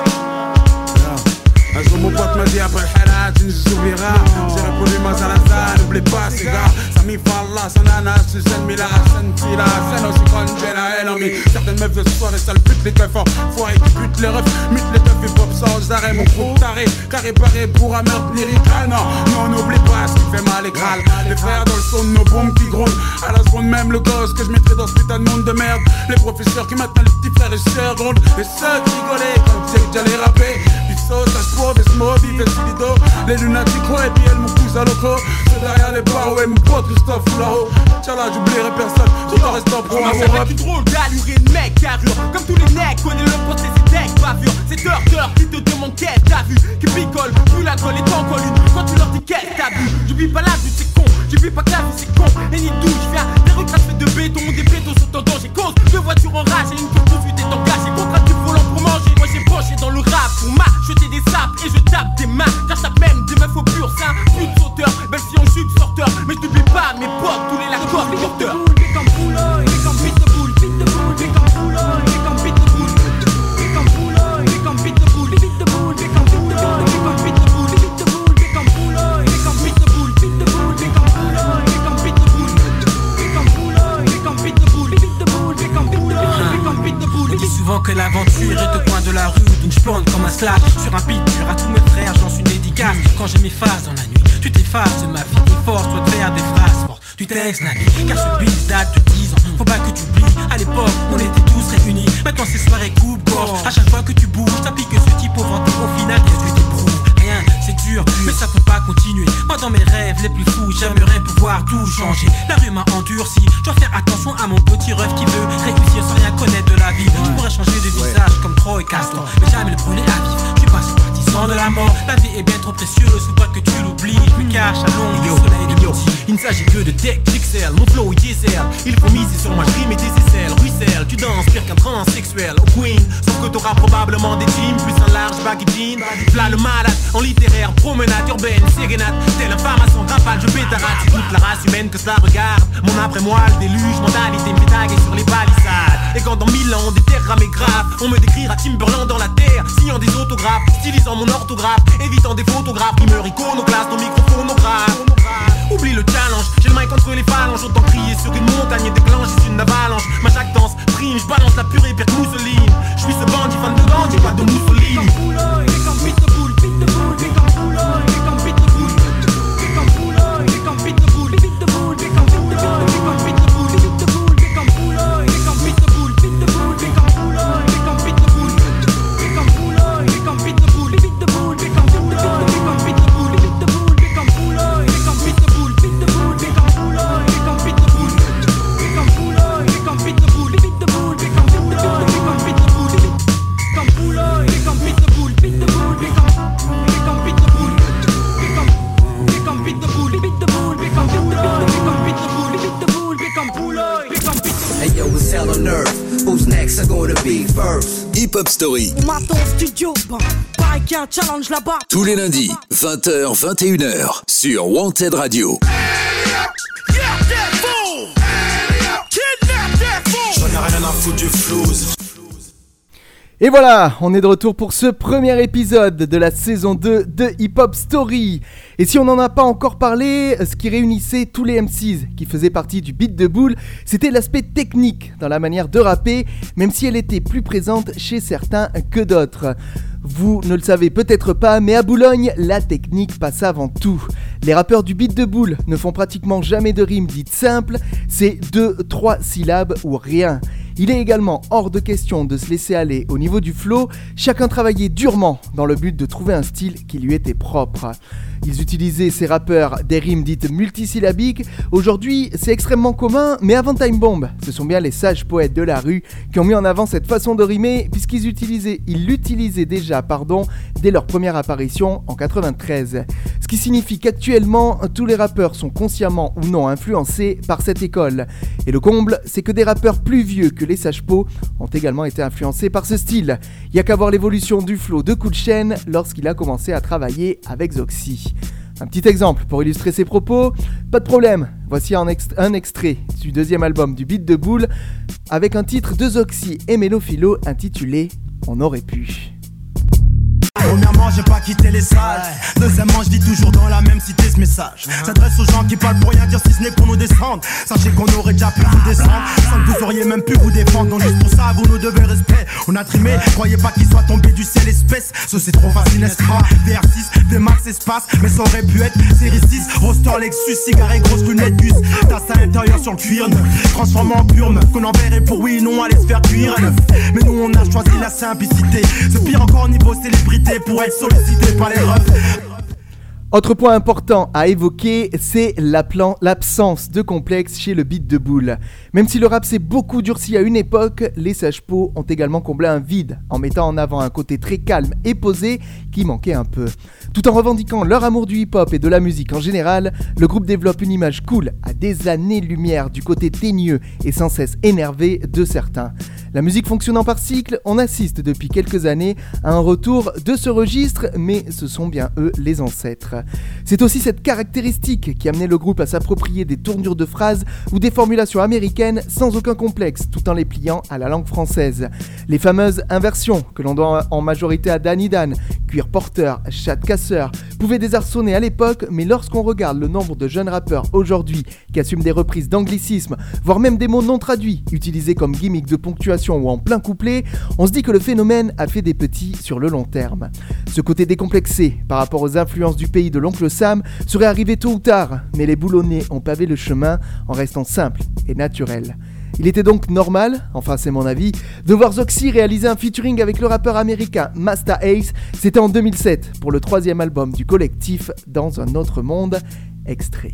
Un jour mon pote m'a dit après le halat, tu nous oublieras. J'ai répondu ma zalaza, n'oublie pas ces gars. Sami Falla, Sanana, Suzanne Mila, Santila, Sen aussi con, Jena, Elami. Certaines meufs de ce soir et sales putes les keufs. Foirés qui butent les refs, mutent les teufs et pop sans arrêt. Mon groupe taré, carré paré pour un meurtre lyrical. Non, non, n'oublie pas ce qui fait mal et crâle. Les frères dans le son de nos bombes qui grondent. À la seconde même le gosse que je mettrai dans ce putain de monde de merde. Les professeurs qui maintenant les petits frères et sœurs grondent. Et ceux qui rigolaient quand tu sais que j'allais rapper. Sauce, ça se des smobs, il fait silido. Les lunatiques, et puis elle, mon cousin loco. C'est derrière les barreaux, et mon pote Christophe ou là-haut. Tchala, j'oublierai personne, tout en restant pro. On a avec une drôle d'allure et de mec carrure. Comme tous les necks, connais le procès, c'est deck, bavure. C'est d'heure d'heure qui te demande qu'est t'as vu. Qui picole, plus l'alcool est en colline. Quand tu leur dis qu'est t'as vu. J'oublie pas la vue, c'est con. J'oublie pas que la vie, c'est con. Et ni d'où je viens, des retraces faites de béton. Des bétons sont en danger, cause de voitures en rage. Et une course poursuite est engagée. Contrat du volant pour manger. Moi j'ai broché dans le rap pour ma jeter des sapes et je tape des mains. Car ça même des meufs au pur sein. Plus de sauteurs, belle fille en jupe sorteur. Mais je n'oublie pas mes potes, tous les lactores, les porteurs. Bec comme Boulogne, bec comme bite de boule, bite de boule, bec comme Boulogne, bec comme bite de boule, bec comme Boulogne, bec comme bite de boule, bite de boule, bec comme bite de boule, bec comme bite de boule, bite de boule, bec comme Boulogne, bec comme bite de boule, bite de boule, bec comme Boulogne, bec comme bite de boule, bec comme Boulogne, bec comme bite de boule, bite de boule, bec comme bite de boule, bec comme bite de boule. On dit souvent que l'aventure est au coin de la rue, donc je plante comme un slash sur un beat, sur à tous mes frères, j'en suis une dédicace. Quand j'ai mes phases dans la nuit, tu t'effaces, ma fille est force, toi de faire des phrases fortes. Tu textes la nuit, car ce beat date de dix ans. Faut pas que tu oublies, à l'époque, on était tous réunis. Maintenant c'est soirée coupe-gorge, à chaque fois que tu bouges, ça pique ce type au ventre. Au final, qu'est-ce que tu t'éprouves? Rien, c'est dur, mais ça peut pas continuer. Moi dans mes rêves les plus fous, j'aimerais pouvoir tout changer. La rue m'a endurci, je dois faire attention à mon petit rêve qui veut réussir sans rien connaître de la vie. Je pourrais changer de visage comme Troy Castor, mais jamais le brûler à vif. Je suis pas si partisan de la mort, la vie est bien trop précieuse, faut pas que tu l'oublies. Je me cache à l'ombre du soleil du petit. Il ne s'agit que de deck, j'excelle, mon flow est diesel. Il faut miser sur moi, je rime et des aisselles. Ruisselle, tu danses pire qu'un transsexuel. Au Queen, sauf que t'auras probablement des jeans, plus un large baggy jean. Plat le malade, en littéraire, promenade urbaine, sérénade. Tel un femme à son rafale, je pétarade. C'est toute la race humaine que cela regarde. Mon après-moi, le déluge, mentalité médaillée sur les palissades. Et quand dans mille ans on déterrera mes graves, on me décrira Timberland dans la terre, signant des autographes, stylisant mon orthographe, évitant des photographes, rimeurs iconoclastes, nos microphonographes. Oublie le challenge, j'ai le mic entre les phalanges. Autant crier sur une montagne et déclencher une avalanche. Ma jactance prime, je balance la purée pire que Mousseline. Je suis ce bandit fan de Gandhi, pas de Mussolini. Bec comme Boulogne, bec comme bite de boule, bite de boule, bec comme Boulogne, bec comme bite de boule, bec comme Boulogne, bec comme bite de boule, bite de boule, bec comme bite de boule, bec comme bite de boule, bite de boule, bec comme Boulogne, bec comme bite de boule, bite de boule, bec comme Boulogne, bec comme bite de boule, bec comme Boulogne, bec comme bite de boule, bite de boule, bec comme bite de boule, bec comme bite de boule, bite de boule, bec comme Boulogne, bec comme bite de boule, bite de boule, bec comme Boulogne, bec comme bite de boule, bec comme Boulogne, bec comme bite de boule, bite de boule, bec comme bite de boule, bec comme bite de boule, comme Boulogne, bec comme bite de boule, bite de boule, bec comme bec comme bite de boule, bec comme bec comme bite de boule, bite de boule, bec comme bite de boule, bec comme bite de boule, bite de boule, bec comme Boulogne, bec comme bite de boule. Hey yo, it's hell on earth. Who's next are gonna be first? Hip Hop Story, On m'attend au studio, bon, pareil qu'il y a un challenge là-bas. tous les lundis, vingt heures vingt et une heures, sur Wanted Radio. J'en ai rien à foutre du flouze. Et voilà, on est de retour pour ce premier épisode de la saison deux de Hip Hop Story. Et si on n'en a pas encore parlé, ce qui réunissait tous les M Cs qui faisaient partie du Beat de Boule, c'était l'aspect technique dans la manière de rapper, même si elle était plus présente chez certains que d'autres. Vous ne le savez peut-être pas, mais à Boulogne, la technique passe avant tout. Les rappeurs du Beat de Boule ne font pratiquement jamais de rimes dites simples, c'est deux, trois syllabes ou rien. Il est également hors de question de se laisser aller au niveau du flow, chacun travaillait durement dans le but de trouver un style qui lui était propre. Ils utilisaient, ces rappeurs, des rimes dites multisyllabiques. Aujourd'hui, c'est extrêmement commun, mais avant Time Bomb, ce sont bien les sages poètes de la rue qui ont mis en avant cette façon de rimer, puisqu'ils utilisaient, ils l'utilisaient déjà pardon, dès leur première apparition en quatre-vingt-treize. Ce qui signifie qu'actuellement, tous les rappeurs sont consciemment ou non influencés par cette école. Et le comble, c'est que des rappeurs plus vieux que les sages pots ont également été influencés par ce style. Il y a qu'à voir l'évolution du flow de Kool Chain lorsqu'il a commencé à travailler avec Zoxy. Un petit exemple pour illustrer ses propos, pas de problème, voici un, ext- un extrait du deuxième album du Beat de Boule avec un titre de Zoxy et Mélophilo intitulé « On aurait pu ». Premièrement, j'ai pas quitté les salles. Deuxièmement, je vis toujours dans la même cité ce message. S'adresse aux gens qui parlent pour rien dire si ce n'est pour nous descendre. Sachez qu'on aurait déjà pu vous descendre sans que vous auriez même pu vous défendre. Donc juste pour ça, vous nous devez respect. On a trimé, croyez pas qu'il soit tombé du ciel espèce. Ce c'est trop facile, n'est-ce pas? V R six, des max espace, mais ça aurait pu être série six, roster Lexus, cigarette, grosse lunette gus. Tasse à l'intérieur sur le cuir neuf, transformé en pure meuf. Qu'on enverrait pour oui, non, aller se faire cuire à neuf. Mais nous on a choisi la simplicité. C'est pire encore niveau célébrité. Pour être sollicité par les refs. Autre point important à évoquer, c'est l'absence de complexe chez le Beat de Boule. Même si le rap s'est beaucoup durci à une époque, les sages pots ont également comblé un vide en mettant en avant un côté très calme et posé qui manquait un peu. Tout en revendiquant leur amour du hip-hop et de la musique en général, le groupe développe une image cool à des années-lumière du côté teigneux et sans cesse énervé de certains. La musique fonctionnant par cycle, on assiste depuis quelques années à un retour de ce registre, mais ce sont bien eux les ancêtres. C'est aussi cette caractéristique qui amenait le groupe à s'approprier des tournures de phrases ou des formulations américaines sans aucun complexe, tout en les pliant à la langue française. Les fameuses inversions que l'on doit en majorité à Danny Dan, Cuir Porter, Chat Casseur, pouvaient désarçonner à l'époque, mais lorsqu'on regarde le nombre de jeunes rappeurs aujourd'hui qui assument des reprises d'anglicismes, voire même des mots non traduits, utilisés comme gimmick de ponctuation ou en plein couplet, on se dit que le phénomène a fait des petits sur le long terme. Ce côté décomplexé par rapport aux influences du pays de l'oncle Sam serait arrivé tôt ou tard, mais les boulonnais ont pavé le chemin en restant simples et naturels. Il était donc normal, enfin c'est mon avis, de voir Zoxy réaliser un featuring avec le rappeur américain Masta Ace. C'était en deux mille sept pour le troisième album du collectif Dans un autre monde. Extrait.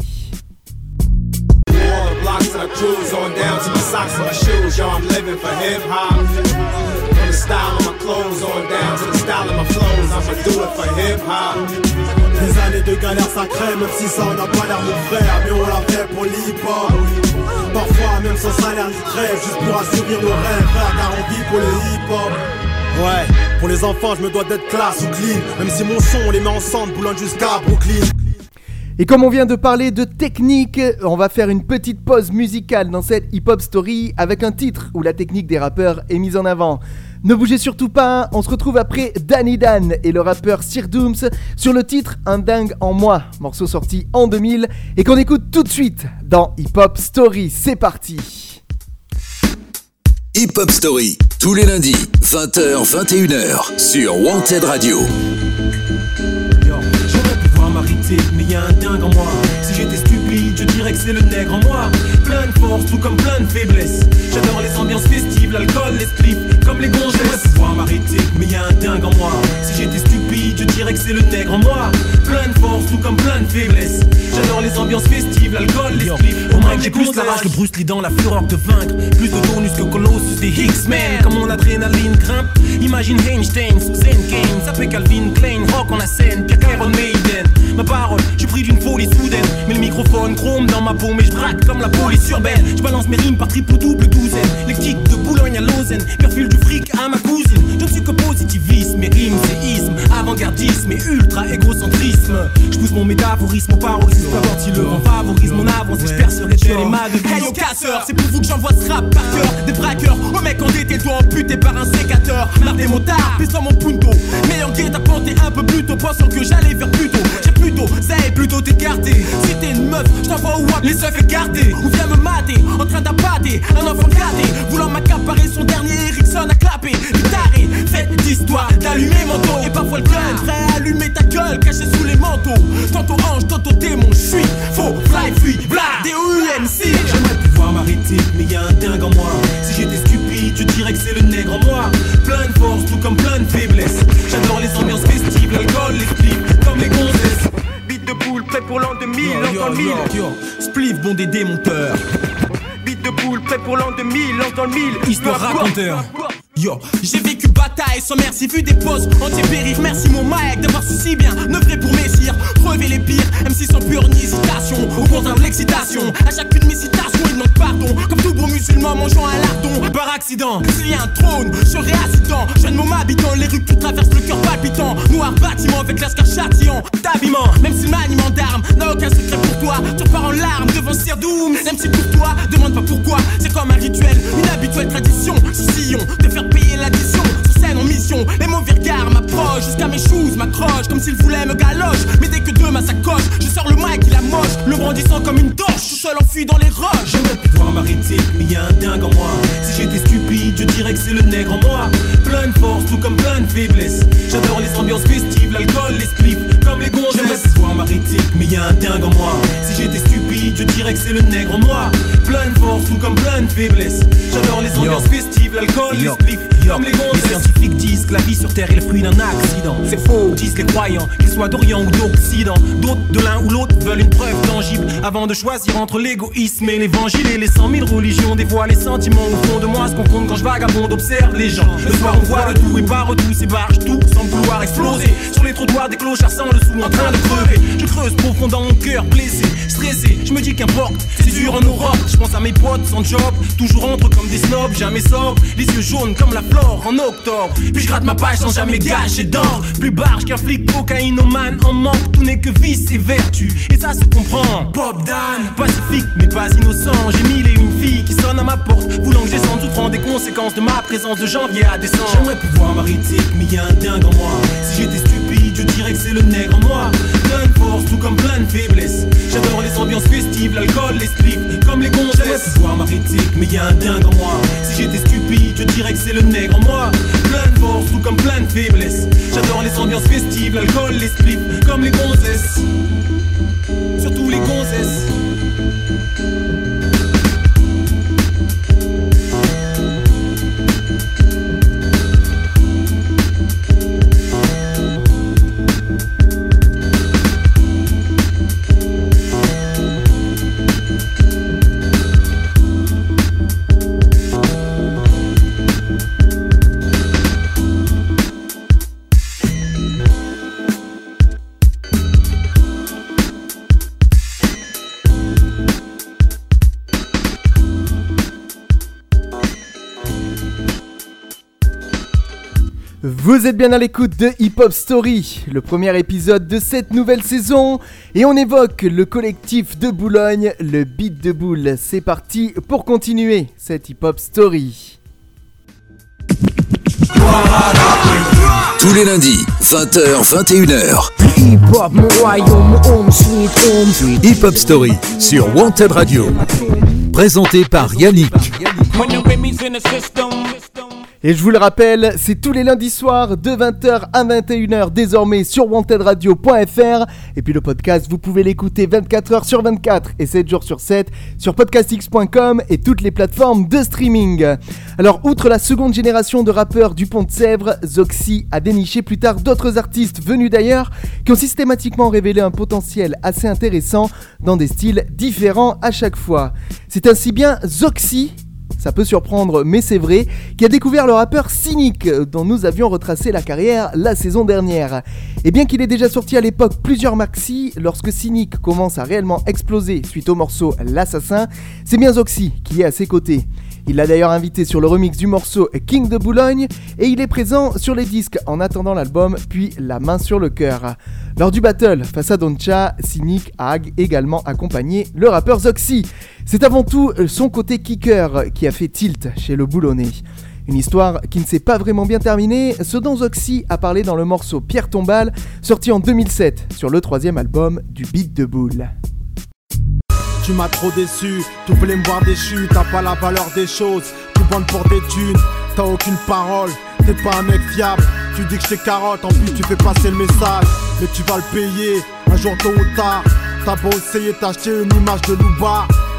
Blocks and I cruise on down to my socks and my shoes, yo, I'm living for hip-hop. From the style of my clothes on down to the style of my flows, I'ma do it for hip-hop. Des années de galère sacrée, même si ça on n'a pas l'air mon frère, mais on l'a fait pour l'hip-hop. Parfois même sans salaire ni trêve, juste pour assurer nos rêves, frère, car on vit pour le hip-hop. Ouais, pour les enfants je me dois d'être classe ou clean, même si mon son on les met ensemble, boulogne jusqu'à Brooklyn. Et comme on vient de parler de technique, on va faire une petite pause musicale dans cette hip-hop story avec un titre où la technique des rappeurs est mise en avant. Ne bougez surtout pas, on se retrouve après Danny Dan et le rappeur Sir Dooms sur le titre Un dingue en moi, morceau sorti en deux mille et qu'on écoute tout de suite dans Hip-Hop Story. C'est parti. Hip-Hop Story, tous les lundis, vingt heures vingt et une heures sur Wanted Radio. Mais y'a un dingue en moi. Si j'étais stupide, je dirais que c'est le nègre en moi. Plein de force, tout comme plein de faiblesses. J'adore les ambiances festives, l'alcool, les spliffs, comme les gonzesses. J'aimerais pouvoir m'arrêter, mais y'a un dingue en moi. Si j'étais stupide, je dirais que c'est le nègre en moi. Plein de force, tout comme plein de faiblesses. J'adore les ambiances festives, l'alcool, les spliffs. Au moins que j'ai plus la rage que Bruce Lee dans la fureur de vaincre. Plus de tonus que Colossus des X-Men. Comme mon adrénaline grimpe. Imagine Einstein sous Zen Game. Ça fait Calvin Klein, rock en la scène, pire qu'Iron Maiden. Ma parole, je suis pris d'une folie soudaine. Mais le microphone chrome dans ma peau, mais je braque comme la police urbaine. Je balance mes rimes par triple ou double douzaine. Les kicks de Boulogne à Lausanne, perfile du fric à ma cousine. Je ne suis que positivisme, mes rimes c'est isme, avant-gardisme et ultra égocentrisme. Je pousse mon métaphorisme aux paroles, c'est pas parti le vent favorise mon avance et je percerai les mains de hey yo casseur, c'est pour vous que j'envoie ce rap par cœur. Des braqueurs, au mec endetté, toi amputé par un sécateur. Marre des motards, pisse dans mon punto. Mais en guet, t'as planté un peu plus tôt, pensant que j'allais vers plus tôt. J'ai plutôt, ça est plutôt t'écarter. Si t'es une meuf, je t'envoie au wap, les seufs écartés. Ou viens me mater, en train d'appâter un enfant gâté, voulant m'accaparer son dernier Ericsson à clapper. Taré, faites d'histoire, d'allumer mon dos. Et parfois le gun, prêt à allumer ta gueule, caché sous les manteaux. Tantôt ange, tantôt démon, j'suis faux, fly, fuis, bla, D O U M C. J'aimerais pouvoir m'arrêter, mais y'a un dingue en moi. Si j'étais stupide, je dirais que c'est le nègre en moi. Plein de force, tout comme plein de faiblesse. J'adore les ambiances festives, l'alcool, les spliffs, comme les gonzesses. Beat de boule, prêt pour l'an deux mille, l'an dans le mille. Spliff, bon des démonteurs. Beat de boule, prêt pour l'an deux mille, l'an dans le mille. Histoire raconteur. Yo, j'ai vécu bataille sans merci, vu des pauses anti-périph'. Merci mon Mike d'avoir su si bien œuvrer pour messire. Relever les pires, M C sans peur ni hésitation. Au contraire de l'excitation, à chacune de mes citations, il demande pardon. Comme tout bon musulman mangeant un lardon. Par accident, s'il y a un trône, je serai assistant. Jeune môme habitant, les rues que tu traverses, le cœur palpitant. Noir bâtiment avec l'ascar châtillant. D'habillement, même si le maniement d'armes n'a aucun secret pour toi. Tu repars en larmes devant Sir Doom. Même si pour toi, demande pas pourquoi. C'est comme un rituel, une habituelle tradition. Sillon, de faire payer l'addition, sur scène en mission. Les mauvais regards m'approchent, jusqu'à mes shoes m'accrochent, comme s'ils voulaient me galoche. Mais dès que deux ma sacoche, je sors le mic, il amoche, le brandissant comme une torche, tout seul enfui dans les roches. J'aimerais pouvoir m'arrêter, mais y'a un dingue en moi. Si j'étais stupide, je dirais que c'est le nègre en moi. Plein de force, tout comme plein de faiblesse. J'adore les ambiances festives, l'alcool, les spliffs, comme les gonzesses. J'aimerais pouvoir m'arrêter, mais y'a un dingue en moi. Si j'étais stupide, je dirais que c'est le nègre en moi. Plein de force, tout comme plein de faiblesse. J'adore les ambiances festives, l'alcool, les spliffs, comme les gonzesses. Les scientifiques disent que la vie sur Terre est le fruit d'un accident. C'est faux, disent les croyants, qu'ils soient d'Orient ou d'Occident. D'autres, de l'un ou l'autre, veulent une preuve tangible avant de choisir entre l'égoïsme et l'évangile. Et les cent mille religions dévoilent les sentiments au fond de moi. Ce qu'on compte quand je vagabonde, observe les gens. Le soir on voit le tout et par tout s'ébarge tout sans vouloir exploser. Sur les trottoirs des clochards sans le sou en train de crever. Je creuse profond dans mon cœur, blessé, stressé. Je me dis qu'importe, c'est dur en Europe. Je pense à mes potes sans job, toujours entre comme des snobs, jamais sobre. Les yeux jaunes comme la flore en octobre. Puis je gratte ma page sans jamais gâcher d'or. Plus barge qu'un flic cocaïnomane en manque. Tout n'est que vice et vertu, et ça se comprend. Bob Dan, pacifique mais pas innocent. J'ai mille et une filles qui sonnent à ma porte, voulant que je descende, souffrant des conséquences de ma présence de janvier à décembre. J'aimerais pouvoir m'arrêter, mais y'a un dingue en moi. Si j'étais stupide, je dirais que c'est le nègre en moi. Plein de force, tout comme plein de faiblesse. J'adore les ambiances festives, l'alcool, les spliffs, comme les gonzesses. J'aimerais pouvoir m'arrêter, mais y'a un dingue en moi. Si j'étais stupide, je dirais que c'est le nègre en moi. Plein de force, tout comme plein de faiblesse. J'adore les ambiances festives, l'alcool, les spliffs, comme les gonzesses. Surtout les gonzesses. Vous êtes bien à l'écoute de Hip Hop Story, le premier épisode de cette nouvelle saison, et on évoque le collectif de Boulogne, le Beat de Boule. C'est parti pour continuer cette Hip Hop Story. Tous les lundis, vingt heures vingt et une heures. Hip Hop Story sur Wanted Radio. Présenté par Yannick. Et je vous le rappelle, c'est tous les lundis soirs de vingt heures à vingt et une heures désormais sur wanted radio point f r. Et puis le podcast, vous pouvez l'écouter vingt-quatre heures sur vingt-quatre et sept jours sur sept sur podcastx point com et toutes les plateformes de streaming. Alors, outre la seconde génération de rappeurs du Pont de Sèvres, Zoxy a déniché plus tard d'autres artistes venus d'ailleurs qui ont systématiquement révélé un potentiel assez intéressant dans des styles différents à chaque fois. C'est ainsi bien Zoxy, ça peut surprendre mais c'est vrai, qui a découvert le rappeur Cynic dont nous avions retracé la carrière la saison dernière. Et bien qu'il ait déjà sorti à l'époque plusieurs maxi, lorsque Cynic commence à réellement exploser suite au morceau L'Assassin, c'est bien Zoxy qui est à ses côtés. Il l'a d'ailleurs invité sur le remix du morceau King de Boulogne et il est présent sur les disques En attendant l'album puis La main sur le cœur. Lors du battle face à Doncha, Cynic a également accompagné le rappeur Zoxy. C'est avant tout son côté kicker qui a fait tilt chez le Boulonnais. Une histoire qui ne s'est pas vraiment bien terminée, ce dont Zoxy a parlé dans le morceau Pierre Tombal, sorti en deux mille sept sur le troisième album du Beat de Boule. Tu m'as trop déçu, tu voulais me voir déchu, t'as pas la valeur des choses, tu bandes pour des thunes, t'as aucune parole, t'es pas un mec fiable, tu dis que j't'ai carotte, en plus tu fais passer le message, mais tu vas le payer, un jour tôt ou tard, t'as beau essayer d'acheter une image de Louba,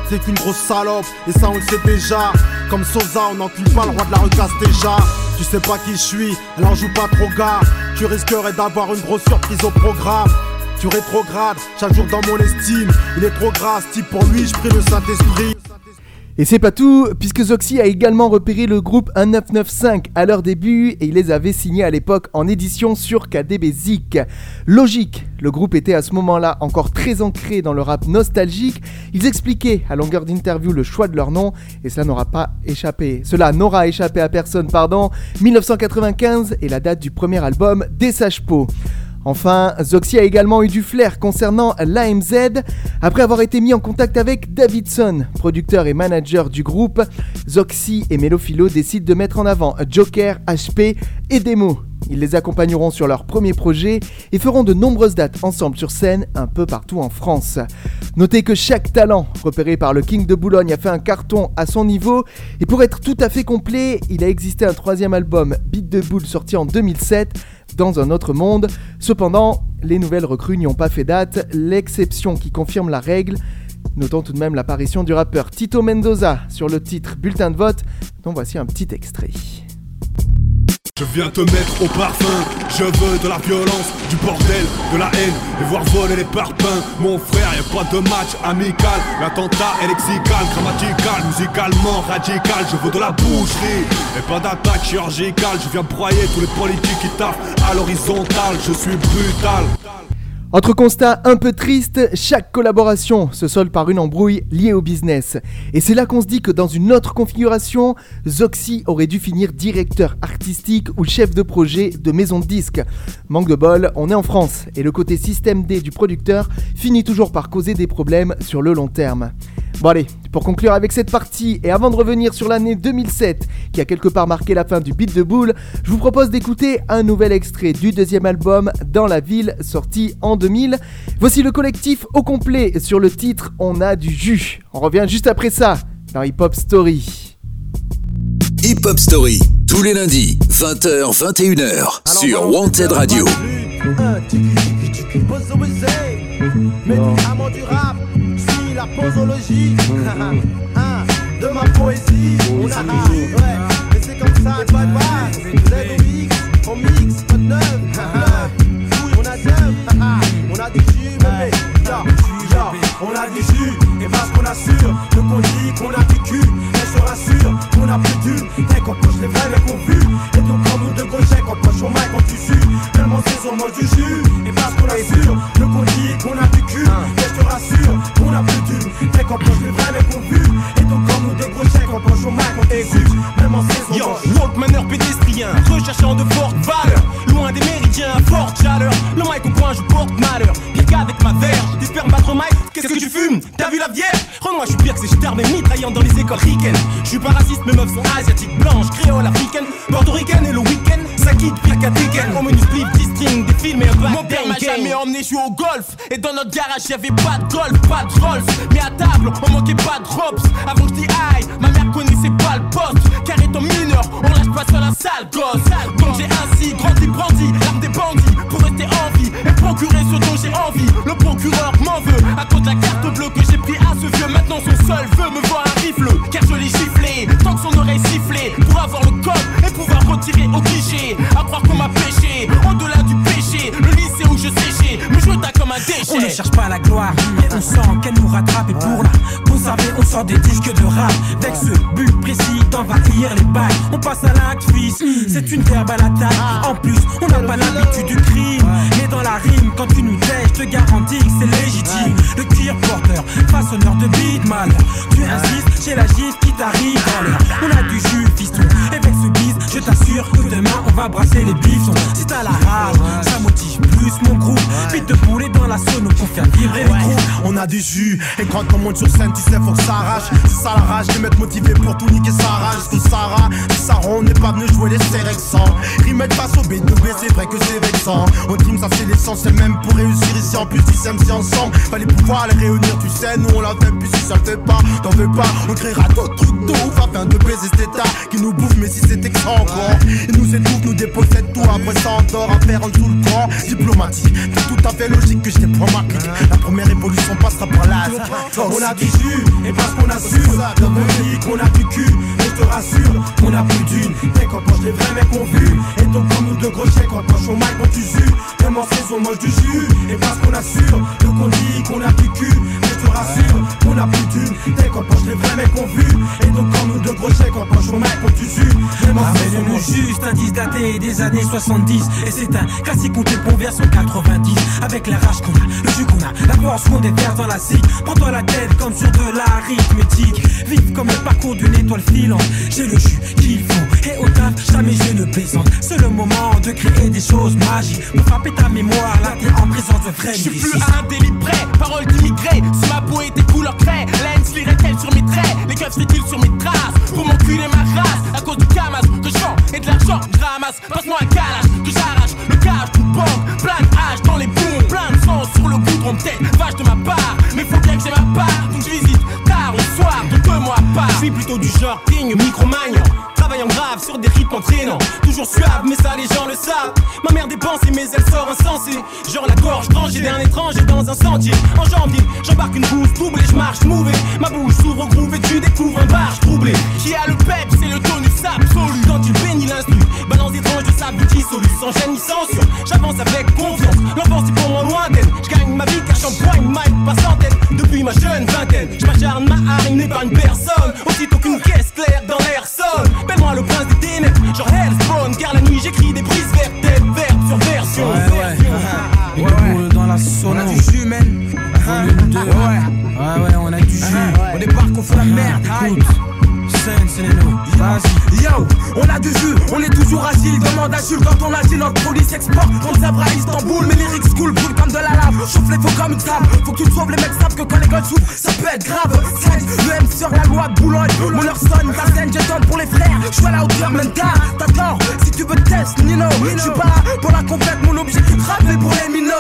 c'est qu'une grosse salope. Et ça on le sait déjà. Comme Sosa, on n'encule pas le roi de la recasse déjà. Tu sais pas qui je suis, alors joue pas trop gars. Tu risquerais d'avoir une grosse surprise au programme. Tu rétrogrades, chaque jour dans mon estime. Il est trop gras, ce type pour lui, je prie le Saint-Esprit. Et c'est pas tout, puisque Zoxy a également repéré le groupe un neuf neuf cinq à leur début et il les avait signés à l'époque en édition sur K D B Zik. Logique, le groupe était à ce moment-là encore très ancré dans le rap nostalgique. Ils expliquaient à longueur d'interview le choix de leur nom et cela n'aura pas échappé. Cela n'aura échappé à personne, pardon. dix-neuf cent quatre-vingt-quinze est la date du premier album des Sages-Peaux. Enfin, Zoxy a également eu du flair concernant l'A M Z. Après avoir été mis en contact avec Davidson, producteur et manager du groupe, Zoxy et Melophilo décident de mettre en avant Joker, H P et Demo. Ils les accompagneront sur leur premier projet et feront de nombreuses dates ensemble sur scène un peu partout en France. Notez que chaque talent repéré par le King de Boulogne a fait un carton à son niveau et pour être tout à fait complet, il a existé un troisième album, Beat de Boule, sorti en deux mille sept, dans un autre monde. Cependant, les nouvelles recrues n'y ont pas fait date, l'exception qui confirme la règle. Notons tout de même l'apparition du rappeur Tito Mendoza sur le titre Bulletin de vote, dont voici un petit extrait. Je viens te mettre au parfum, je veux de la violence, du bordel, de la haine, et voir voler les parpaings. Mon frère, y'a pas de match amical, l'attentat est lexical, grammatical, musicalement radical. Je veux de la boucherie, et pas d'attaque chirurgicale. Je viens broyer tous les politiques qui taffent à l'horizontale, je suis brutal. Autre constat un peu triste, chaque collaboration se solde par une embrouille liée au business. Et c'est là qu'on se dit que dans une autre configuration, Zoxy aurait dû finir directeur artistique ou chef de projet de maison de disques. Manque de bol, on est en France et le côté système D du producteur finit toujours par causer des problèmes sur le long terme. Bon allez, pour conclure avec cette partie et avant de revenir sur l'année deux mille sept qui a quelque part marqué la fin du Beat de Boule, je vous propose d'écouter un nouvel extrait du deuxième album Dans la ville, sorti en deux mille. Voici le collectif au complet sur le titre On a du jus. On revient juste après ça dans Hip Hop Story. Hip Hop Story, tous les lundis, vingt heures vingt et une heures sur Wanted Radio. Médicament du rap, suis la posologie de ma poésie. On a ouais, et c'est comme ça, pas de base. Z O X, on mixe, pas de neuf. On a neuf, on a du jus, bébé. On a du jus, et parce qu'on assure, le qu'on dit qu'on a du cul, et je te rassure qu'on a plus dur, dès qu'on poche les vrais mais qu'on vu, et donc quand nous de gros chèques, on poche au mic, on tu sues, tellement c'est on mange du jus, et parce qu'on assure, le qu'on dit qu'on a du cul, et je te rassure qu'on a plus dur, dès qu'on poche les vrais mais qu'on vu, et donc quand nous de gros chèques, on poche au mic, on tu sues, tellement c'est Yo, walkmaneur pédestrien, recherchant de fortes valeurs, loin des méridiens, forte chaleur, le mic au point, je porte malheur, pire qu'avec ma verge, des spermes battre au mic, qu'est-ce que tu fumes? T'as vu la vierge? Rends-moi, je suis pire que ces stars, mais mitraillant dans les écoles ricaines. Je suis pas raciste, mes meufs sont asiatiques, blanches, créoles, africaines, portoricaines, et le week-end, ça quitte pire qu'à Tekken. Au menu split, dix-string, des films et un bac. Mon père m'a jamais emmené jouer au golf, et dans notre garage y'avait pas de golf, pas de Rolls. Mais à table, on manquait pas de drops. Avant que je dis aïe, ma mère connaissait pas le poste, car étant mineur, on lâche pas sur la sale gosse. Donc j'ai ainsi grandi, brandi, l'arme des bandits, pour rester en vie, et procurer ce dont j'ai envie. Le procureur m'en veut, à cause de la carte bleue que j'ai pris à ce vieux. Maintenant son seul veut me voir un rifle, car je l'ai giflé, tant que son oreille sifflait, pour avoir le code et pouvoir retirer au cliché. À croire qu'on m'a pêché, au-delà du péché, le lycée où je séchais, me jeta comme un déchet. On ne cherche pas la gloire, mais on sent qu'elle nous rattrape. Et pour la conserver, on sort des disques de rap, avec ce but précis d'envahir les bails. On passe à l'acte fils, c'est une verbe à la taille. En plus, on n'a pas l'habitude du crime, mais dans la rime, quand tu nous tèches, je te garantis que c'est légitime. Le cuir porteur, façonneur de beat mal. Tu insistes, j'ai la gifle qui t'arrive dans l'heure. On a du jus, fiston, avec ce bise, je t'assure que demain on va brasser les bifons. Si t'as la rage, ça motive plus mon groupe. Vite de bouler dans la sono pour faire vibrer les groupes. On a du jus, et quand on monte sur scène, tu sais, faut que ça arrache. C'est ça la rage, de m'être motivé pour tout niquer sa rage. C'est Sarah, c'est Sarah, on n'est pas venu jouer les Sérexans. Rimette face au B deux B, c'est vrai que c'est vexant. On dream, ça c'est l'essentiel même pour réussir ici. En plus, dix M C ensemble, fallait pouvoir les réunir, tu sais. Nous on l'a fait, puis si ça le fait pas, t'en veux pas. On créera d'autres trucs de ouf afin de baiser cet état qui nous bouffe, mais si c'était que ça encore. Et nous c'est tout, nous dépossède tout, fou, après ça on dort à faire en dessous le corps diplomatique. C'est tout à fait logique que je t'ai pas marqué. La première évolution passera par là. On a du jus, et parce qu'on assure, dans mon lit qu'on a du cul, et je te rassure, qu'on a plus d'une. Dès qu'on penche les vrais mecs ont vu, et donc comme nous deux gros chèques, on penche au mic, on tu jus. Même en saison, mange du jus, et parce qu'on assure, donc on dit qu'on a du cul, et je te rassure, qu'on a plus d'une. Dès qu'on penche les vrais mecs ont vu, et donc comme nous deux gros chèques, on penche au mic, on tu jus. Même en saison, Amène-nous juste un disque daté des années soixante-dix, et c'est un classique contemporain version quatre-vingt-dix. Avec la rage qu'on a, le jus qu'on a, la force qu'on déverse dans la cig. Prends-toi la tête comme sur de l'arithmétique. Vive comme le parcours d'une étoile filante. J'ai le jus qu'il faut, et au taf, jamais je ne plaisante. C'est le moment de créer des choses magiques. Pour frapper ta mémoire, là t'es en présence de vrais Je suis plus lyricistes. un délibré, parole d'immigré. Si ma peau était couleur craie, la haine se lirait-elle sur mes traits? Les keufs seraient-ils sur mes traces? Pour m'enculer ma race, à cause du camas que je vends et de l'argent que je ramasse. Passe-moi un calage, que j'arrache le cage d'une banque. Plein de haches dans les bouts, plein de sang sur le goudron. Peut-être vache de ma part, mais faut bien que j'ai ma part. Donc je visite tard le soir, de deux mois à part. Je suis plutôt du genre king, micro-magnant, travaillant grave sur des rythmes entraînants. Toujours suave, mais ça les gens le savent. Ma mère dépense mais elle sort insensée. Genre la gorge tranchée d'un étranger dans un sentier. En janvier, j'embarque une bouse double et je marche mauvais. Ma bouche s'ouvre au groove et tu découvres un barge troublé. Qui a le pep, c'est le tonus absolu. Quand tu bénis l'instru, balance des tranches de sable dissolu. Sans gêne ni censure, j'avance avec confiance. L'enfance est pour moi lointaine. Je gagne ma vie car j'empoigne Mike par centaines. Depuis ma jeune vingtaine, je m'acharne, ma hargne n'épargne personne. Aussitôt qu'une caisse claire dans l'air sonne. Belle-moi le prince des ténèbres, genre Hellspawn. Car la nuit j'écris des brises vertes, tête verte sur version. Ouais, ouais, ouais, ouais. Boule dans la sono. On a du jus, man. Volume deux. Ouais, ouais, ouais, on a du jus. On débarque, on fait la merde. Écoute, scène, c'est les noms. Vas-y. Yo, on a du jus, on est toujours agile. Demande à Jules quand on agit, notre produit s'exporte. Comme Sabra à Istanbul, mais les lyrics cool, brûlent comme de la lave. Chauffe les faux comme une table. Faut que tu te sauves, les mecs savent que quand les gueules s'ouvrent, ça peut être grave. Scène, le M sur la loi de Boulogne. Mon heure sonne, ta scène, je donne pour les frères. Je suis à la hauteur, même tard. T'attends, si tu veux test, Nino. Je suis pas là pour la complète, mon objectif rapper pour les minots.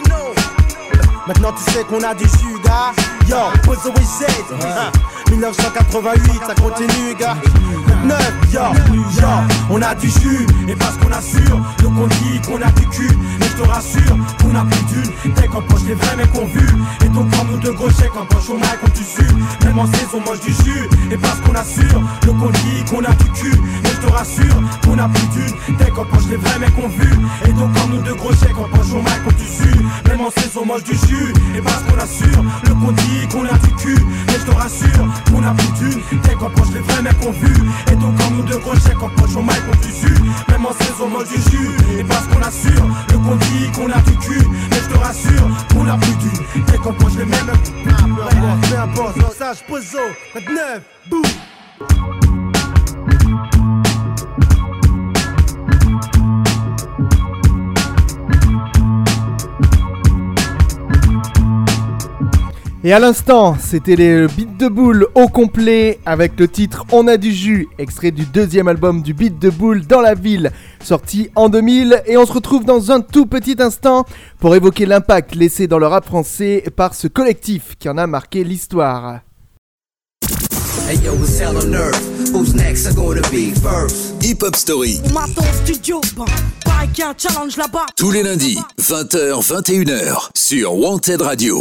Maintenant tu sais qu'on a du jus, gars. Yo, pose the way shit. dix-neuf cent quatre-vingt-huit, ça continue, gars. neuf, yo, yo, on a du jus. Et parce qu'on assure, donc on dit qu'on a du cul. Mais je te rassure, qu'on a plus d'une. Dès qu'on poche les vrais mecs qu'on vu. Et donc comme nous deux gros chèques, on poche au mic, on tu sues. Même en saison, mange du jus. Et parce qu'on assure, donc on dit qu'on a du cul. Mais je te rassure, qu'on a plus d'une. Dès qu'on poche les vrais mecs qu'on vu. Et donc comme nous deux gros chèques, on poche au mic, on tu sues. Même en saison, mange du jus. Et parce qu'on assure, le qu'on dit qu'on a du cul. Mais je te rassure, qu'on a plus d'une. Dès qu'on poche les vrais mecs qu'on vu. Et donc quand nous deux gros chèques, on poche au mic, on tu sues. Même en saison, mange du jus. Et parce qu'on assure, le qu'on dit qu'on a du cul. Mais je te rassure, qu'on a plus d'une. Dès qu'on poche les mêmes. Peu importe, peu importe, sage, pozo, vingt-neuf, boum. Et à l'instant, c'était les Beat de Boule au complet avec le titre On a du jus, extrait du deuxième album du Beat de Boule dans la ville, sorti en deux mille. Et on se retrouve dans un tout petit instant pour évoquer l'impact laissé dans le rap français par ce collectif qui en a marqué l'histoire. Hey yo, it's hell on earth. Who's next are gonna be first? Hip Hop Story. On m'attend au studio, bah, pareil qu'il y a un challenge là-bas. Tous les lundis, vingt heures, vingt et une heures, sur Wanted Radio.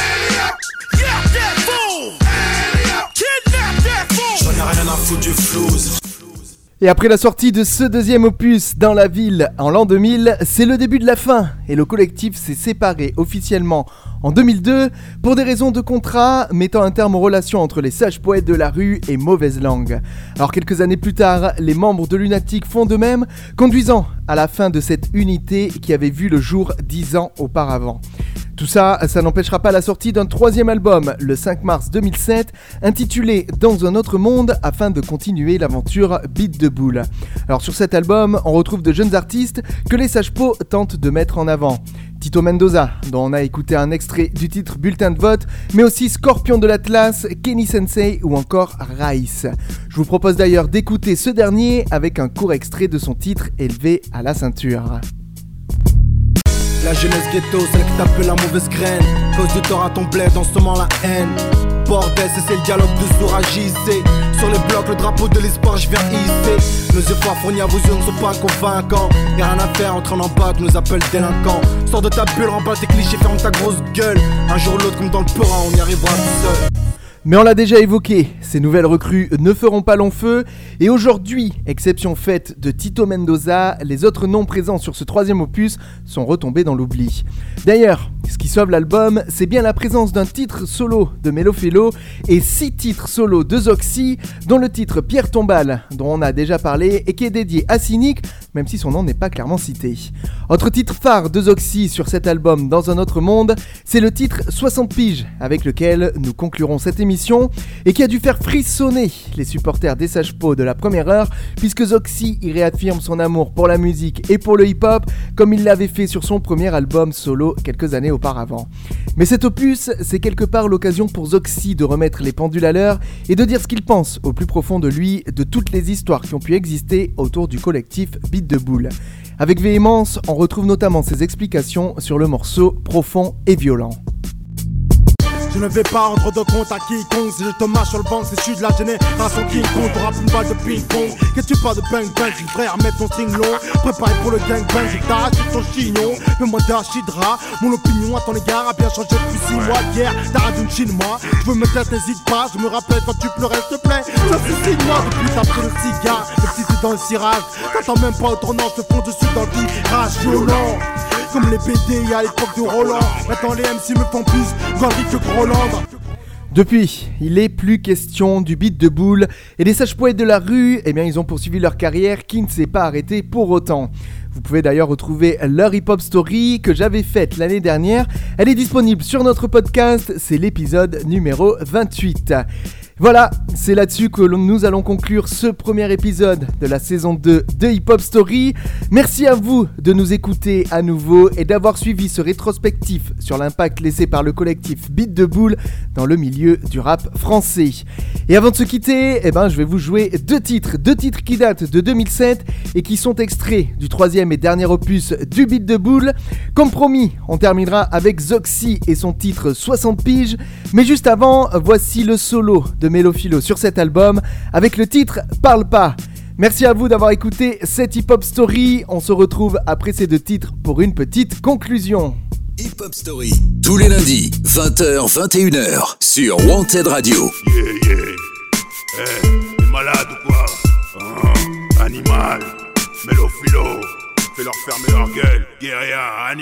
J'en ai rien à foutre du flouze. Et après la sortie de ce deuxième opus dans la ville en l'an deux mille, c'est le début de la fin et le collectif s'est séparé officiellement en deux mille deux pour des raisons de contrat mettant un terme aux relations entre les sages poètes de la rue et Mauvaise Langue. Alors quelques années plus tard, les membres de Lunatic font de même, conduisant à la fin de cette unité qui avait vu le jour dix ans auparavant. Tout ça, ça n'empêchera pas la sortie d'un troisième album, le cinq mars deux mille sept, intitulé Dans un autre monde, afin de continuer l'aventure Beat de Boule. Alors sur cet album, on retrouve de jeunes artistes que les Sages-Pots tentent de mettre en avant. Tito Mendoza, dont on a écouté un extrait du titre Bulletin de vote, mais aussi Scorpion de l'Atlas, Kenny Sensei ou encore Rice. Je vous propose d'ailleurs d'écouter ce dernier avec un court extrait de son titre Élevé à la ceinture. La jeunesse ghetto, celle qui tape la mauvaise graine. Cause du tort à ton bled, en ce moment la haine. bordel, c'est le dialogue de Zora J C. Sur les blocs, le drapeau de l'espoir, je viens hisser. Nos efforts fournis à vos yeux ne sont pas convaincants. Y'a rien à faire, en train d'en bas, nous appelle délinquants. Sors de ta bulle, remballe tes clichés, ferme ta grosse gueule. Un jour ou l'autre, comme dans le Perin, on y arrivera tout seul. Mais on l'a déjà évoqué, ces nouvelles recrues ne feront pas long feu. Et aujourd'hui, exception faite de Tito Mendoza, les autres noms présents sur ce troisième opus sont retombés dans l'oubli. D'ailleurs, ce qui sauve l'album, c'est bien la présence d'un titre solo de Melofelo et six titres solo de Zoxy, dont le titre Pierre Tombal, dont on a déjà parlé et qui est dédié à Cynic, même si son nom n'est pas clairement cité. Autre titre phare de Zoxy sur cet album Dans un autre monde, c'est le titre soixante piges, avec lequel nous conclurons cette émission et qui a dû faire frissonner les supporters des Sages-Peaux de la première heure, puisque Zoxy y réaffirme son amour pour la musique et pour le hip-hop, comme il l'avait fait sur son premier album solo quelques années auparavant. Mais cet opus, c'est quelque part l'occasion pour Zoxy de remettre les pendules à l'heure et de dire ce qu'il pense au plus profond de lui de toutes les histoires qui ont pu exister autour du collectif Beat de Boule. Avec véhémence, on retrouve notamment ses explications sur le morceau Profond et Violent. Je ne vais pas rendre de compte à quiconque. Si je te marche sur le banc, c'est je suis de la génération King Kong. T'auras plus une balle de ping-pong. Qu'est-ce que tu parles de bang-bang? Je suis prêt à mettre ton signe long. Préparé pour le gang-bang, je t'arrache ton chignon. Fais-moi d'archidra. Mon opinion à ton égard a bien changé depuis six mois d'hier. T'arrêtes d'une chine, moi. Je veux me taire, t'hésites pas. Je me rappelle quand tu pleurais, s'il te plaît. Ça suicide-moi depuis t'as pris le cigare. Le petit c'est dans le cirage. T'attends même pas au tournant, je te fonce dessus dans le virage violent. Comme les B D à l'époque de Roland. Maintenant les M C me font plus galerie que Groland. Depuis, il est plus question du beat de Boule et les sages poètes de la rue, eh bien ils ont poursuivi leur carrière qui ne s'est pas arrêtée pour autant. Vous pouvez d'ailleurs retrouver leur hip-hop story que j'avais faite l'année dernière. Elle est disponible sur notre podcast, c'est l'épisode numéro vingt-huit. Voilà, c'est là-dessus que nous allons conclure ce premier épisode de la saison deux de Hip Hop Story. Merci à vous de nous écouter à nouveau et d'avoir suivi ce rétrospectif sur l'impact laissé par le collectif Beat de Boule dans le milieu du rap français. Et avant de se quitter, eh ben, je vais vous jouer deux titres, deux titres qui datent de deux mille sept et qui sont extraits du troisième et dernier opus du Beat de Boule. Comme promis, on terminera avec Zoxy et son titre soixante piges, mais juste avant, voici le solo de de Melofelo sur cet album avec le titre Parle pas. Merci à vous d'avoir écouté cette Hip Hop Story. On se retrouve après ces deux titres pour une petite conclusion. Hip Hop Story, tous les lundis, vingt heures, vingt et une heures, sur Wanted Radio. Yeah, yeah. Eh, t'es malade ou quoi? Hein, animal, Melofelo, fais-leur fermer leur gueule, guérilla,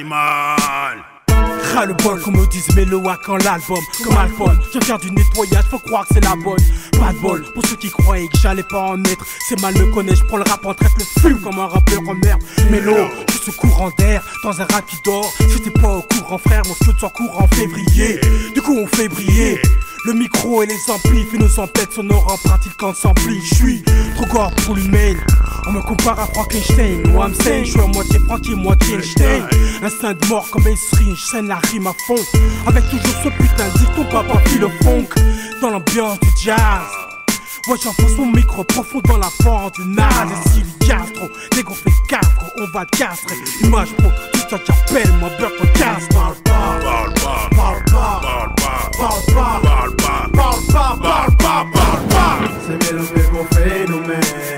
animal. Ras le bol, comme me disent Méloa quand l'album, comme Alphone, je viens du nettoyage, faut croire que c'est la bonne. Pas de bol, pour ceux qui croyaient que j'allais pas en être, c'est mal me connaître, je prends le rap en traite, le fume comme un rappeur en merde. Mélo, je suis courant d'air, dans un rap qui dort, si t'es pas au courant frère, mon scout s'en court en février, du coup on fait briller. Le micro et les amplis, puis nos empêtes sonores en pratique quand s'emplit. J'suis trop gore pour l'humain. On me compare à Frankenstein. Moi I'm saying, j'suis à moitié Frankie, moitié Einstein. Instinct de mort comme Esri, j'scène la rime à fond. Avec toujours ce putain de dicton, papa file funk. Dans l'ambiance du jazz. Ouais, j'enfonce mon micro profond dans la pente du naze. Et s'il gastro, négro fait castro, on va castrer. Image pro, tout ça j'appelle, moi beurre pour casse. Parle pas, parle pas, parle pas, parle pas, parle pas, parle pas, parle pas, parle pas, parle pas. C'est bien le fait qu'on phénomène.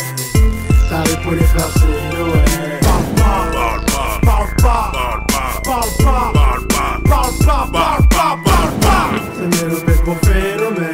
T'arrives pour les faire c'est ouais. Parle pas, parle pas, parle pas, parle pas, parle pas, parle pas, parle pas, parle pas, parle pas. C'est bien le fait qu'on phénomène.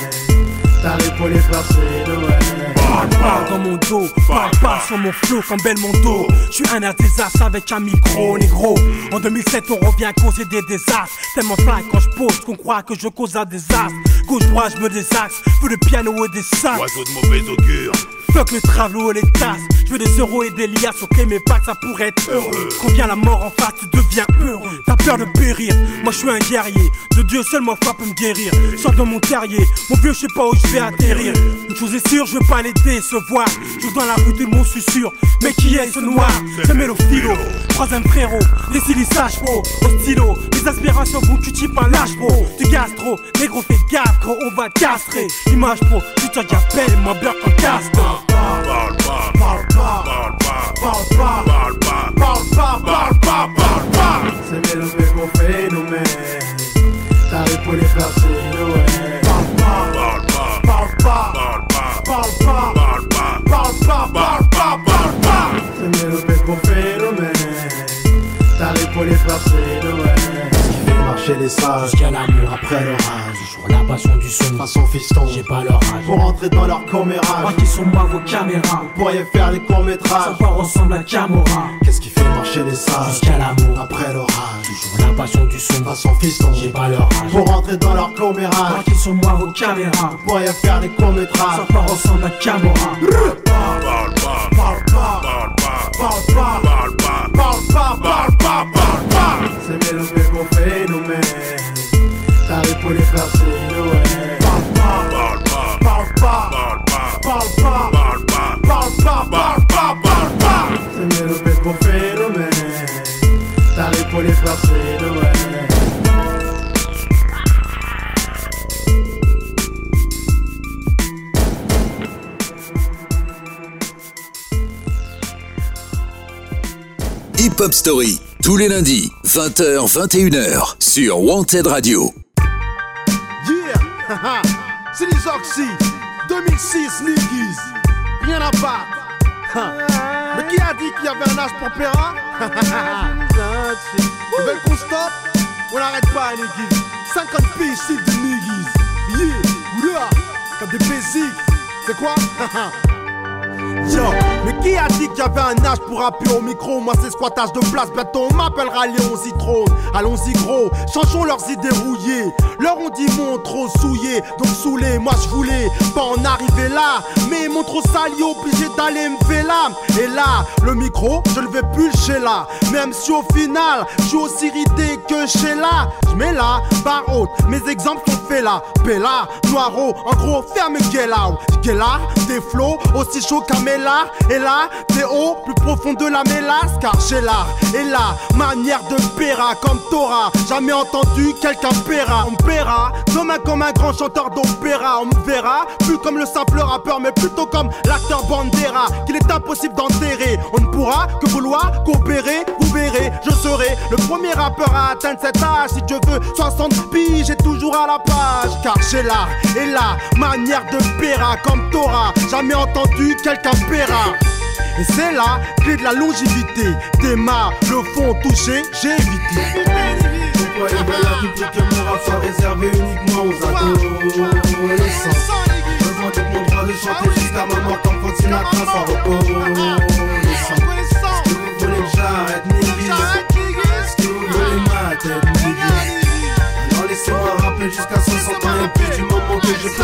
T'arrives pour les faire c'est ouais. Parle pas dans mon dos, parle pas sur mon flow comme Belmondo. J'suis un artésas avec un micro négro. En deux mille sept on revient à causer des désastres. Tellement fly quand j'pose qu'on croit que je cause un désastre. Gauche droite j'me désaxe, veux le piano et des sacs. Oiseau de mauvais augure. Fuck les travelots et les tasses. J'veux des euros et des liasses, ok mais pas que ça pourrait être heureux. Quand vient la mort en face tu deviens heureux. T'as peur de périr, moi j'suis un guerrier. De Dieu seul moi frappe me guérir. Sors de mon terrier, mon vieux j'sais pas où j'vais atterrir. Une chose est sûre, j'veux pas les décevoir. J'joue dans la rue tout le monde suis sûr. Mais qui est ce noir? C'est Melofelo, troisième frérot. Les silissages pro, au stylo. Les aspirations vous tu types un lâche pro. Du gastro, négro fais gaffe gros, on va te castrer. Image pro, putain j'appelle, moi beurre qu'on casse. Parle pas, parle pas, parle pas, parle pas, parle pas, parle pas, parle pas, parle pas. C'est bien le fait qu'on phénomène. T'arrives pour les faire c'est ouais. Parle les personnes, ouais. Ce qui fait marcher les sages, jusqu'à l'amour, après l'orage. Toujours la passion du son, façon fiston, j'ai pas leur âge. Pour rentrer dans leur commérage, moi qui sont moi vos caméras. Vous pourriez faire les courts-métrages, sans pas ressemble à Camorra. Qu'est-ce qui fait marcher les sages, jusqu'à l'amour, après l'orage. Toujours la passion du son, façon fiston, j'ai pas leur âge. Pour rentrer dans leur commérage, moi qui sont moi vos caméras. Vous pourriez faire les courts-métrages, sans pas ressemble à Camorra. Parle pas, parle pas, parle pas, parle pas, parle pas, parle pas, parle pas, parle pas. C'est mélomé qu'on phénomène. T'arrives pour les percer, ouais. Parle pas, parle pas, parle pas, parle pas, parle pas, parle pas, parle pas, parle pas. C'est mélomé qu'on phénomène. T'arrives pour les percer, ouais. Hip Hop Story, tous les lundis, vingt heures vingt et une heures, sur Wanted Radio. Yeah, c'est les Oxy, deux mille six, Niggies, rien à battre. Mais qui a dit qu'il y avait un âge pour Péra? Ils veulent qu'on stoppe? On n'arrête pas, Niggies. cinquante piges, style de Niggies. Yeah, oula, comme des basics. C'est quoi? Yo, mais qui a dit qu'il y avait un âge pour rapper au micro? Moi c'est squattage de place, bientôt on m'appellera Léon Zitrone. Allons-y gros, changeons leurs idées rouillées. Leur on dit mon trop souillé, donc saoulé, moi je voulais pas en arriver là. Mais mon trop sali, obligé d'aller me faire là. Et là, le micro, je le vais plus chez là. Même si au final, je suis aussi irrité que chez là. Je mets là, barre haute, mes exemples sont faits là. Bella, Noiro, en gros, ferme Guella. Guella, des flots aussi chauds Camela, et là, t'es haut, plus profond de la mélasse, car j'ai l'art, et la manière de Péra, comme Torah, jamais entendu quelqu'un Péra, on me paiera, demain comme un grand chanteur d'opéra, on me verra, plus comme le simple rappeur, mais plutôt comme l'acteur Bandera, qu'il est impossible d'enterrer, on ne pourra que vouloir coopérer, vous verrez, je serai le premier rappeur à atteindre cet âge, si Dieu veut, soixante piges, j'ai toujours à la page, car j'ai l'art, et la manière de Péra, comme Torah, jamais entendu quelqu'un Péra. Et c'est la clé de la longévité. Tes mains, le fond touché, j'ai évité. Pourquoi ils veulent à tout prix que mon rap soit réservé uniquement aux adolescents? Je revendique mon droit de chanter jusqu'à ma mort comme Frank Sinatra sans reconnaissant. Est-ce que vous voulez que j'arrête, niggas? Est-ce que vous voulez ma tête, niggas? Alors laissez-moi rapper jusqu'à soixante ans et puis du moment que je peux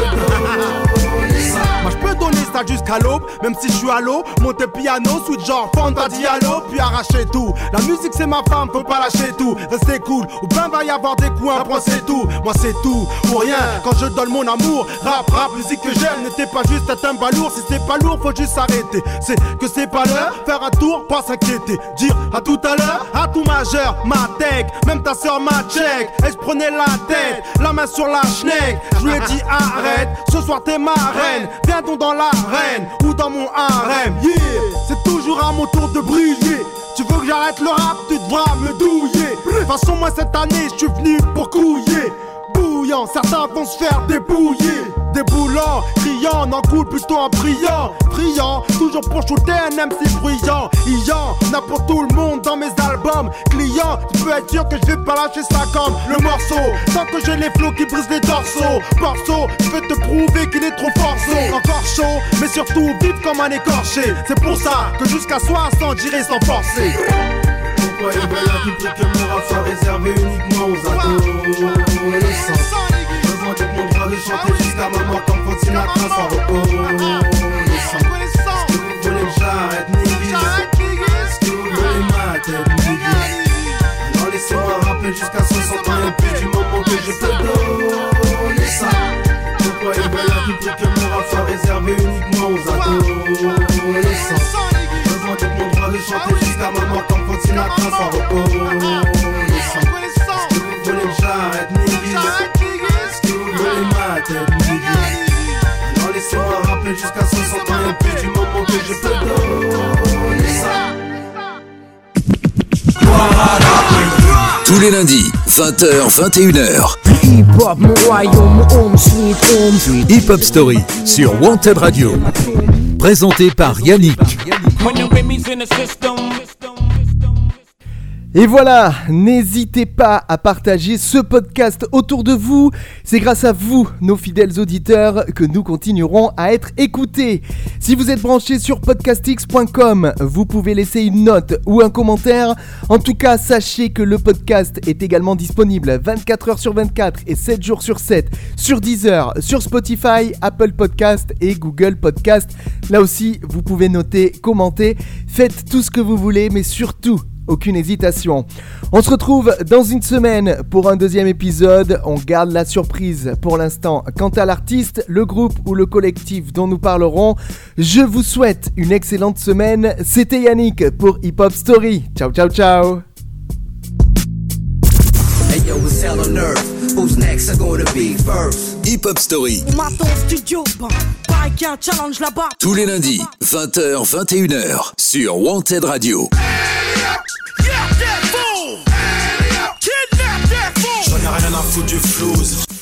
donner ça. Moi je peux donner ça jusqu'à l'aube, même si je suis à l'eau. Monter piano, switch genre Fanta Diallo, puis arracher tout. La musique c'est ma femme, faut pas lâcher tout. Restez cool, ou ben va y avoir des coups, un point c'est tout. Moi c'est tout, ou rien, quand je donne mon amour. Rap, rap, musique que j'aime, n'était pas juste un timbre lourd. Si c'est pas lourd, faut juste s'arrêter. C'est que c'est pas l'heure, faire un tour, pas s'inquiéter. Dire à tout à l'heure, à tout majeur, ma tech. Même ta soeur m'a check, elle se prenait la tête, la main sur la schneck. Je lui ai dit arrête, ce soir t'es ma reine. Viens donc dans l'arène, ou dans mon harem, yeah. C'est toujours à mon tour de briller. Tu veux que j'arrête le rap, tu devras me douiller. De toute façon moi cette année, je suis venu pour couiller. Bouillant, certains vont se faire débouiller. Déboulant, criant, n'en coule plutôt en priant. Friand, toujours pour shooter un M C bruyant. Iant, n'a pour tout le monde dans mes albums. Client, tu peux être sûr que je vais pas lâcher ça comme le morceau. Tant que j'ai les flots qui brisent les dorsaux. Morceau, je vais te prouver qu'il est trop forceau. Encore chaud, mais surtout vite comme un écorché. C'est pour ça que jusqu'à soixante j'irai sans forcer. Pourquoi ils veulent à tout prix que mon rap soit réservé uniquement aux adolescents? Je revendique mon droit de chanter jusqu'à ma mort comme Frank Sinatra sans reconnaissant. Est-ce que vous voulez que j'arrête, niggas? Est-ce que vous voulez ma tête, niggas? Alors laissez-moi rapper jusqu'à soixante ans et puis du moment que je peux donner ça. Pourquoi ils veulent à tout prix que mon rap soit réservé uniquement aux adolescents? Je revendique mon droit de chanter jusqu'à ma mort comme Frank Sinatra sans reconnaissant. Est-ce que vous voulez que j'arrête, niggas? Est-ce que vous voulez ma tête, niggas? Alors laissez-moi rapper jusqu'à soixante ans et puis du moment que je peux donner ça. Tous les lundis, vingt heures vingt et une heures. Hip-hop, mon royaume, home, sweet home. Hip Hop Story sur Wanted Radio. Présenté par Yannick. Et voilà, n'hésitez pas à partager ce podcast autour de vous. C'est grâce à vous, nos fidèles auditeurs, que nous continuerons à être écoutés. Si vous êtes branchés sur podcastx point com, vous pouvez laisser une note ou un commentaire. En tout cas, sachez que le podcast est également disponible vingt-quatre heures sur vingt-quatre et sept jours sur sept sur Deezer, sur Spotify, Apple Podcast et Google Podcast. Là aussi, vous pouvez noter, commenter, faites tout ce que vous voulez, mais surtout, aucune hésitation. On se retrouve dans une semaine pour un deuxième épisode. On garde la surprise pour l'instant quant à l'artiste, le groupe ou le collectif dont nous parlerons. Je vous souhaite une excellente semaine. C'était Yannick pour Hip Hop Story. Ciao, ciao, ciao. Hey yo, it's hell on earth. Who's next are gonna be first? Hip Hop Story. On m'attend au studio, ben, pareil qu'il y a un challenge là-bas. Tous les lundis, vingt heures, vingt et une heures, sur Wanted Radio. J'en ai rien à foutre du flouze.